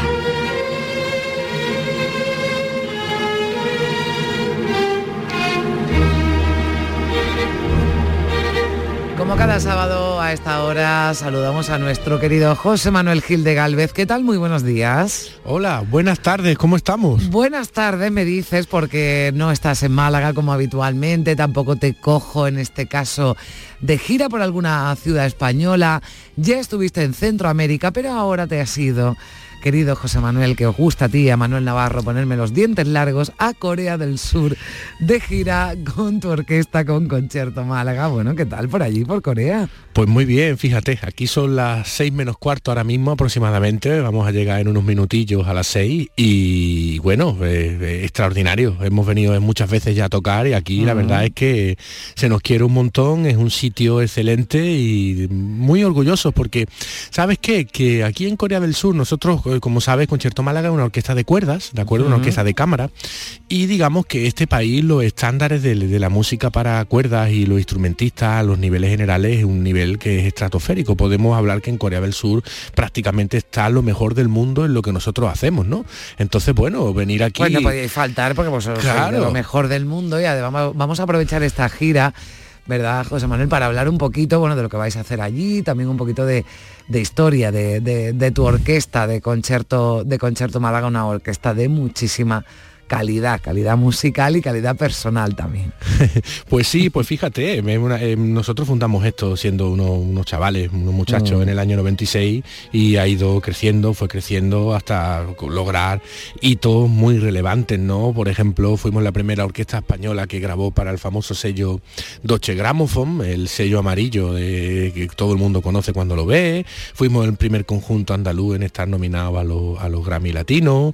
Como cada sábado a esta hora saludamos a nuestro querido José Manuel Gil de Gálvez. ¿Qué tal? Muy buenos días. Hola, buenas tardes, ¿cómo estamos? Buenas tardes, me dices, porque no estás en Málaga como habitualmente, tampoco te cojo en este caso de gira por alguna ciudad española. Ya estuviste en Centroamérica, pero ahora te has ido, querido José Manuel, que os gusta a ti y a Manuel Navarro ponerme los dientes largos, a Corea del Sur de gira con tu orquesta, con Concierto Málaga. Bueno, ¿qué tal por allí, por Corea? Pues muy bien, fíjate, aquí son las 6 menos cuarto ahora mismo aproximadamente, vamos a llegar en unos minutillos a las 6 y bueno, extraordinario, hemos venido muchas veces ya a tocar y aquí la verdad es que se nos quiere un montón, es un sitio excelente y muy orgullosos porque, ¿sabes qué? Que aquí en Corea del Sur nosotros, como sabes, Concierto Málaga es una orquesta de cuerdas, ¿de acuerdo? Una orquesta de cámara y digamos que este país los estándares de la música para cuerdas y los instrumentistas, los niveles generales, es un nivel que es estratosférico. Podemos hablar que en Corea del Sur prácticamente está lo mejor del mundo en lo que nosotros hacemos, ¿no? Entonces, bueno, venir aquí... Pues no podíais faltar porque vosotros sois de lo mejor del mundo y además vamos a aprovechar esta gira, ¿verdad, José Manuel? Para hablar un poquito, bueno, de lo que vais a hacer allí, también un poquito de historia de tu orquesta, de Concierto Málaga, una orquesta de muchísima calidad musical y calidad personal también. Pues sí, pues fíjate, nosotros fundamos esto siendo unos chavales, unos muchachos en el año 96 y ha ido creciendo, fue creciendo hasta lograr hitos muy relevantes, ¿no? Por ejemplo, fuimos la primera orquesta española que grabó para el famoso sello Deutsche Grammophon, el sello amarillo que todo el mundo conoce cuando lo ve. Fuimos el primer conjunto andaluz en estar nominado a los Grammy Latinos.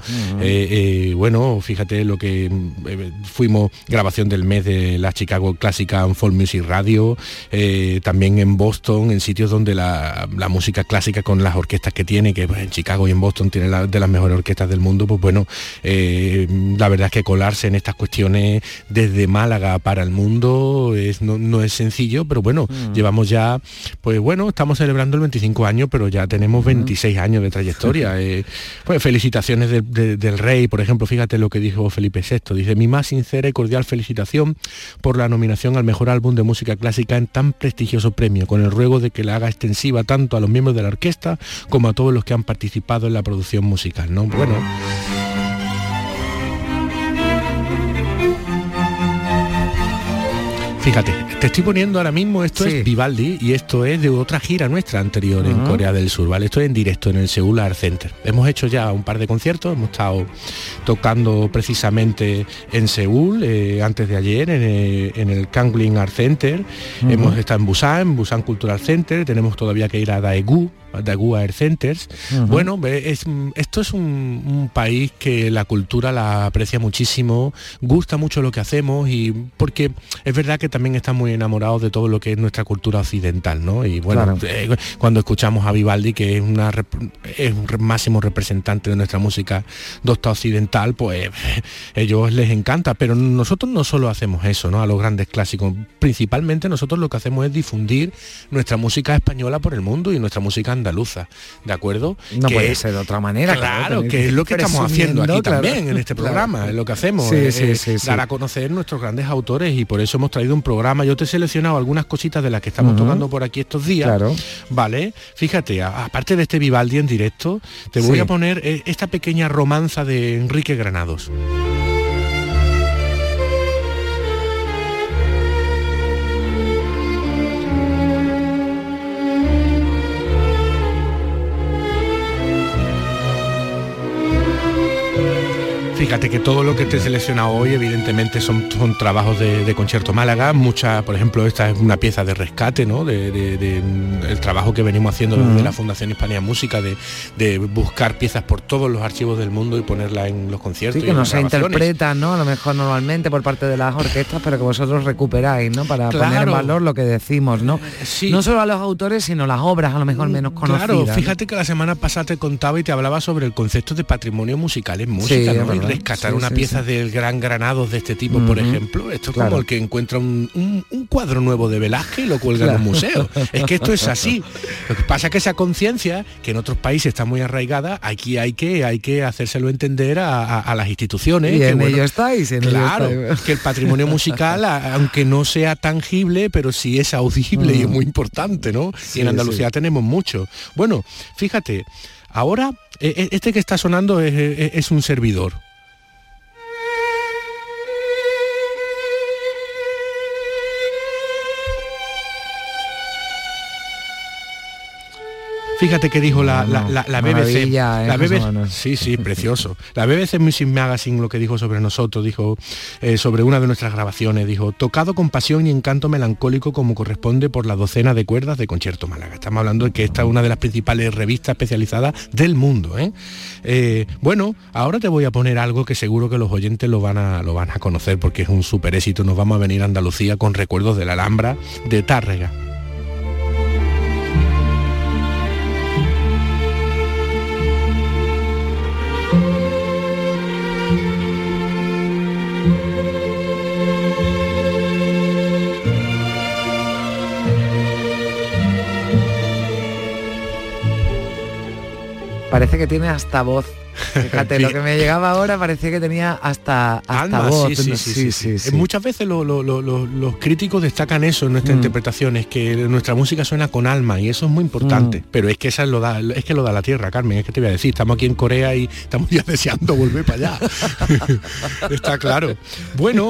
Bueno, fíjate lo que fuimos grabación del mes de la Chicago Classical and Folk Music Radio, también en Boston, en sitios donde la música clásica con las orquestas que tiene, que en Chicago y en Boston tiene de las mejores orquestas del mundo, pues bueno, la verdad es que colarse en estas cuestiones desde Málaga para el mundo no es sencillo, pero bueno, llevamos ya, pues bueno, estamos celebrando el 25 años, pero ya tenemos 26 años de trayectoria. Pues felicitaciones del rey, por ejemplo, fíjate lo que dijo Felipe VI, dice: mi más sincera y cordial felicitación por la nominación al mejor álbum de música clásica en tan prestigioso premio, con el ruego de que la haga extensiva tanto a los miembros de la orquesta como a todos los que han participado en la producción musical, ¿no? Bueno, fíjate, te estoy poniendo ahora mismo, esto es Vivaldi y esto es de otra gira nuestra anterior en Corea del Sur, ¿vale? Esto es en directo en el Seoul Art Center. Hemos hecho ya un par de conciertos, hemos estado tocando precisamente en Seúl, antes de ayer, en el Kangwon Art Center, hemos estado en Busan Cultural Center, tenemos todavía que ir a Daegu Air Centers. Bueno, esto es un país que la cultura la aprecia muchísimo, gusta mucho lo que hacemos y porque es verdad que también están muy enamorados de todo lo que es nuestra cultura occidental, ¿no? Y bueno, cuando escuchamos a Vivaldi, que es un máximo representante de nuestra música docta occidental, pues ellos les encanta, pero nosotros no solo hacemos eso, ¿no? A los grandes clásicos, principalmente nosotros lo que hacemos es difundir nuestra música española por el mundo y nuestra música andaluza, ¿de acuerdo? No que puede ser de otra manera. Claro, que es lo que estamos haciendo aquí también en este programa, es lo que hacemos, dar a conocer nuestros grandes autores y por eso hemos traído un programa. Yo te he seleccionado algunas cositas de las que estamos tocando por aquí estos días, ¿vale? Fíjate, aparte de este Vivaldi en directo, te voy a poner esta pequeña romanza de Enrique Granados. Fíjate que todo lo que te he seleccionado hoy evidentemente son trabajos de Concierto Málaga, por ejemplo, esta es una pieza de rescate, ¿no? El trabajo que venimos haciendo desde la Fundación Hispania Música, de buscar piezas por todos los archivos del mundo y ponerlas en los conciertos. Sí, que no se interpretan, ¿no? A lo mejor normalmente por parte de las orquestas, pero que vosotros recuperáis, ¿no? Para poner en valor lo que decimos, ¿no? Sí. No solo a los autores, sino las obras a lo mejor menos conocidas. Claro, fíjate que la semana pasada te contaba y te hablaba sobre el concepto de patrimonio musical en música, ¿no? rescatar una pieza del Gran Granados de este tipo, por ejemplo. Esto es como el que encuentra un cuadro nuevo de Velázquez y lo cuelga en un museo. Es que esto es así. Lo que pasa es que esa conciencia, que en otros países está muy arraigada, aquí hay que hacérselo entender a las instituciones. Y que, en ello estáis. Claro, que el patrimonio musical, aunque no sea tangible, pero sí es audible y es muy importante, ¿no? Sí, y en Andalucía tenemos mucho. Bueno, fíjate, ahora este que está sonando es un servidor. Fíjate que dijo la BBC. La BBC, sí, precioso. La BBC Music Magazine lo que dijo sobre nosotros, dijo sobre una de nuestras grabaciones, dijo: tocado con pasión y encanto melancólico como corresponde por la docena de cuerdas de Concierto Málaga. Estamos hablando de que esta es una de las principales revistas especializadas del mundo. Bueno, ahora te voy a poner algo que seguro que los oyentes lo van a conocer porque es un súper éxito. Nos vamos a venir a Andalucía con recuerdos de la Alhambra de Tárrega. Parece que tiene hasta voz. Fíjate, lo que me llegaba ahora parecía que tenía hasta voz. Sí. Muchas veces los críticos destacan eso en nuestras interpretaciones, que nuestra música suena con alma y eso es muy importante. Pero es que esa lo da la tierra, Carmen, es que te voy a decir, estamos aquí en Corea y estamos ya deseando volver para allá. Está claro. Bueno,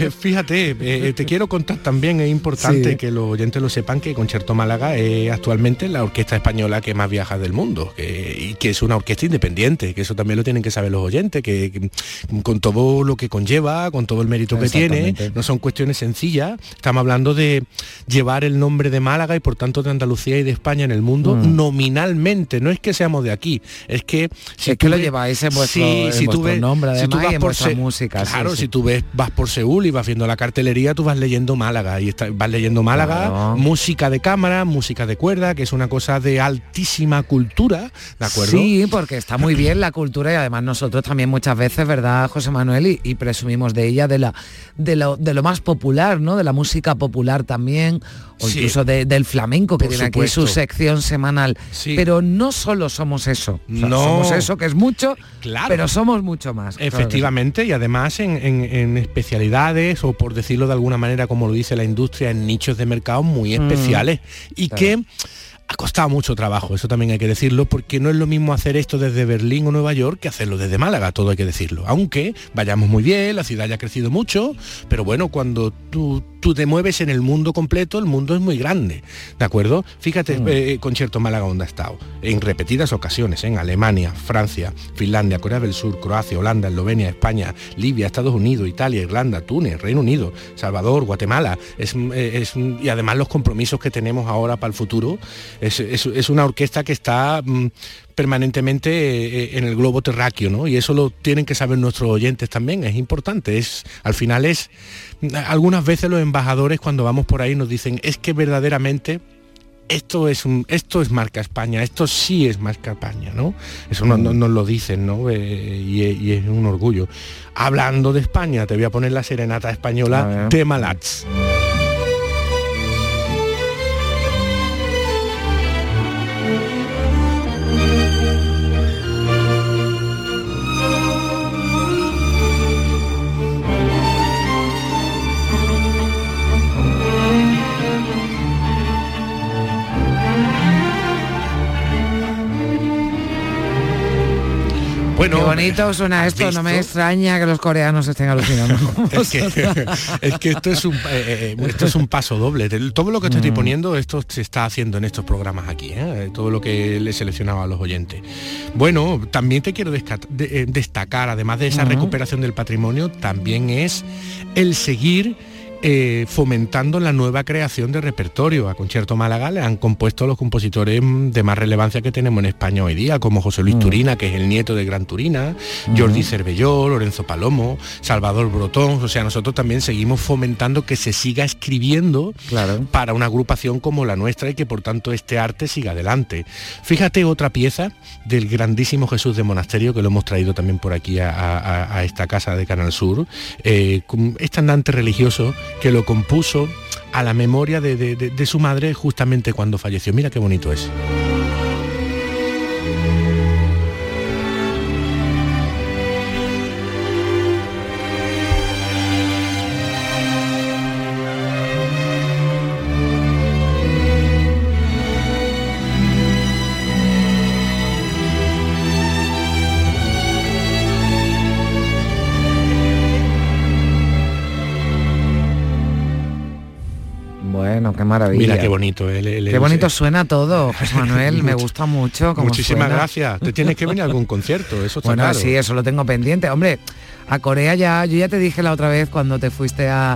fíjate, te quiero contar también, es importante que los oyentes lo sepan, que Concierto Málaga es actualmente la orquesta española que más viaja del mundo, y que es una orquesta independiente, que eso también lo tienen que saber los oyentes, que con todo lo que conlleva, con todo el mérito que tiene, no son cuestiones sencillas. Estamos hablando de llevar el nombre de Málaga y por tanto de Andalucía y de España en el mundo nominalmente. No es que seamos de aquí, es que lo lleváis en vuestro nombre, además, si tú vas en vuestra música. Claro, si tú vas por Seúl y vas viendo la cartelería, tú vas leyendo Málaga y vas leyendo Málaga, música de cámara, música de cuerda, que es una cosa de altísima cultura, ¿de acuerdo? Sí, porque está muy bien la cultura y además nosotros también muchas veces, ¿verdad, José Manuel? Y presumimos de ella, de lo más popular, ¿no? De la música popular también, o incluso del flamenco, que tiene aquí su sección semanal. Sí. Pero no solo somos eso, somos eso, que es mucho, pero somos mucho más. Efectivamente, y además en especialidades, o por decirlo de alguna manera, como lo dice la industria, en nichos de mercado muy especiales, y que ha costado mucho trabajo, eso también hay que decirlo, porque no es lo mismo hacer esto desde Berlín o Nueva York que hacerlo desde Málaga, todo hay que decirlo. Aunque vayamos muy bien, la ciudad ya ha crecido mucho, pero bueno, cuando tú te mueves en el mundo completo, el mundo es muy grande, ¿de acuerdo? Fíjate, Concierto Málaga donde ha estado, en repetidas ocasiones, en Alemania, Francia, Finlandia, Corea del Sur, Croacia, Holanda, Eslovenia, España, Libia, Estados Unidos, Italia, Irlanda, Túnez, Reino Unido, Salvador, Guatemala, y además los compromisos que tenemos ahora para el futuro. Es una orquesta que está permanentemente en el globo terráqueo, ¿no? Y eso lo tienen que saber nuestros oyentes también, es importante. Al final algunas veces los embajadores cuando vamos por ahí nos dicen, es que verdaderamente esto es marca España, esto sí es marca España, ¿no? Eso nos lo dicen, ¿no? Y es un orgullo. Hablando de España, te voy a poner la serenata española de Malats. Bueno, qué bonito suena esto, no me extraña que los coreanos estén alucinando. es que esto es un paso doble. Todo lo que te estoy poniendo, esto se está haciendo en estos programas aquí, todo lo que le seleccionaba a los oyentes. Bueno, también te quiero destacar, además de esa recuperación del patrimonio, también es el seguir fomentando la nueva creación de repertorio. A Concierto Málaga le han compuesto los compositores de más relevancia que tenemos en España hoy día, como José Luis Turina, que es el nieto de Gran Turina, Jordi Cervelló, Lorenzo Palomo, Salvador Brotón. O sea, nosotros también seguimos fomentando que se siga escribiendo para una agrupación como la nuestra y que por tanto este arte siga adelante. Fíjate otra pieza del grandísimo Jesús de Monasterio, que lo hemos traído también por aquí a esta casa de Canal Sur. Este andante religioso que lo compuso a la memoria de su madre justamente cuando falleció. Mira qué bonito es. Bueno, qué maravilla. Mira qué bonito. Qué bonito suena todo, José Manuel, me gusta mucho. Muchísimas gracias. Te tienes que venir a algún concierto, eso está claro. Sí, eso lo tengo pendiente. Hombre, a Corea yo ya te dije la otra vez cuando te fuiste a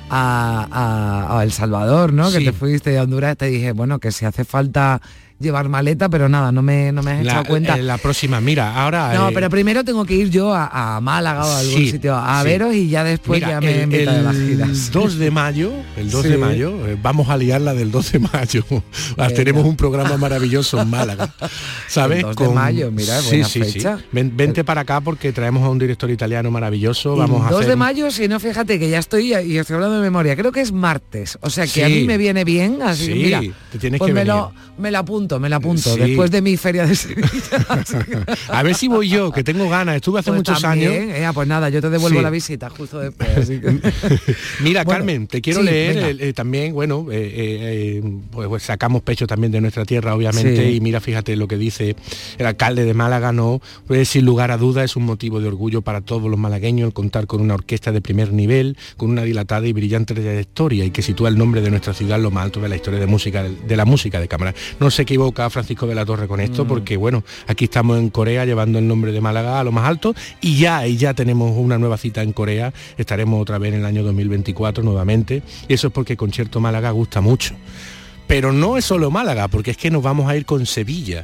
El Salvador, ¿no? Sí. Que te fuiste a Honduras, te dije, bueno, que si hace falta llevar maleta, pero nada, no me has echado cuenta. La próxima, mira, ahora... No, pero primero tengo que ir yo a Málaga o a algún sitio a veros y ya después ya me invita de las giras. El 2 de mayo, vamos a liar la del 2 de mayo. Tenemos un programa maravilloso en Málaga, ¿sabes? El 2 de mayo, mira, buena fecha. Sí. Vente para acá porque traemos a un director italiano maravilloso. Vamos el 2 de mayo, si no, fíjate que ya estoy, y estoy hablando de memoria, creo que es martes, o sea que a mí me viene bien, así que mira, te tienes pues que venir. Me la apunto, después de mi feria de Sevilla. A ver si voy yo, que tengo ganas, estuve hace muchos años. Pues nada, yo te devuelvo la visita justo después. Así que... Mira, bueno, Carmen, te quiero leer también, bueno, pues sacamos pecho también de nuestra tierra, obviamente, y mira, fíjate lo que dice el alcalde de Málaga, ¿no? Pues sin lugar a duda es un motivo de orgullo para todos los malagueños el contar con una orquesta de primer nivel, con una dilatada y brillante trayectoria y que sitúa el nombre de nuestra ciudad en lo más alto de la historia de la música de cámara. No se equivoca Francisco de la Torre con esto, porque bueno, aquí estamos en Corea llevando el nombre de Málaga a lo más alto y ya tenemos una nueva cita en Corea, estaremos otra vez en el año 2024 nuevamente, y eso es porque Concierto Málaga gusta mucho. Pero no es solo Málaga, porque es que nos vamos a ir con Sevilla.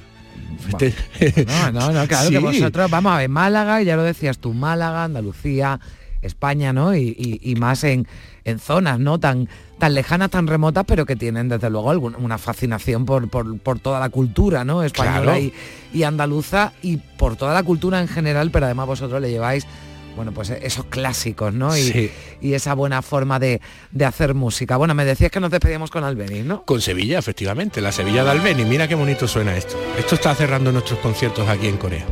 No, claro, que vosotros vamos a ver Málaga, y ya lo decías tú, Málaga, Andalucía, España, ¿no? Y más en zonas, ¿no? Tan lejanas, tan remotas, pero que tienen desde luego una fascinación por toda la cultura, ¿no? Española y andaluza, y por toda la cultura en general, pero además vosotros le lleváis, bueno, pues esos clásicos, ¿no? Y esa buena forma de hacer música. Bueno, me decías que nos despedíamos con Albéniz, ¿no? Con Sevilla, efectivamente, la Sevilla de Albéniz. Mira qué bonito suena esto. Esto está cerrando nuestros conciertos aquí en Corea.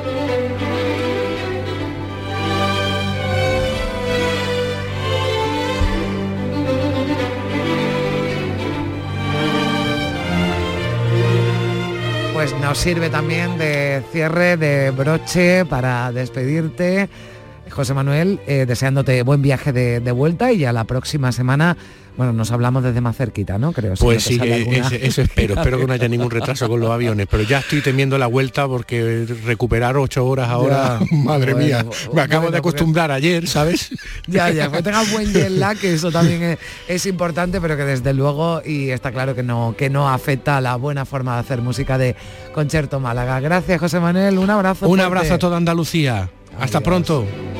Pues nos sirve también de cierre, de broche para despedirte, José Manuel, deseándote buen viaje de vuelta, y ya la próxima semana, bueno, nos hablamos desde más cerquita, ¿no? Creo. Pues sí, eso espero que no haya ningún retraso con los aviones, pero ya estoy temiendo la vuelta porque recuperar 8 horas ahora, madre mía, me acabo de acostumbrar ayer, ¿sabes? Ya, pues tengas buen jet lag, que eso también es importante, pero que desde luego, y está claro que no afecta a la buena forma de hacer música de Concierto Málaga. Gracias, José Manuel, un abrazo. Un abrazo a toda Andalucía. Hasta pronto.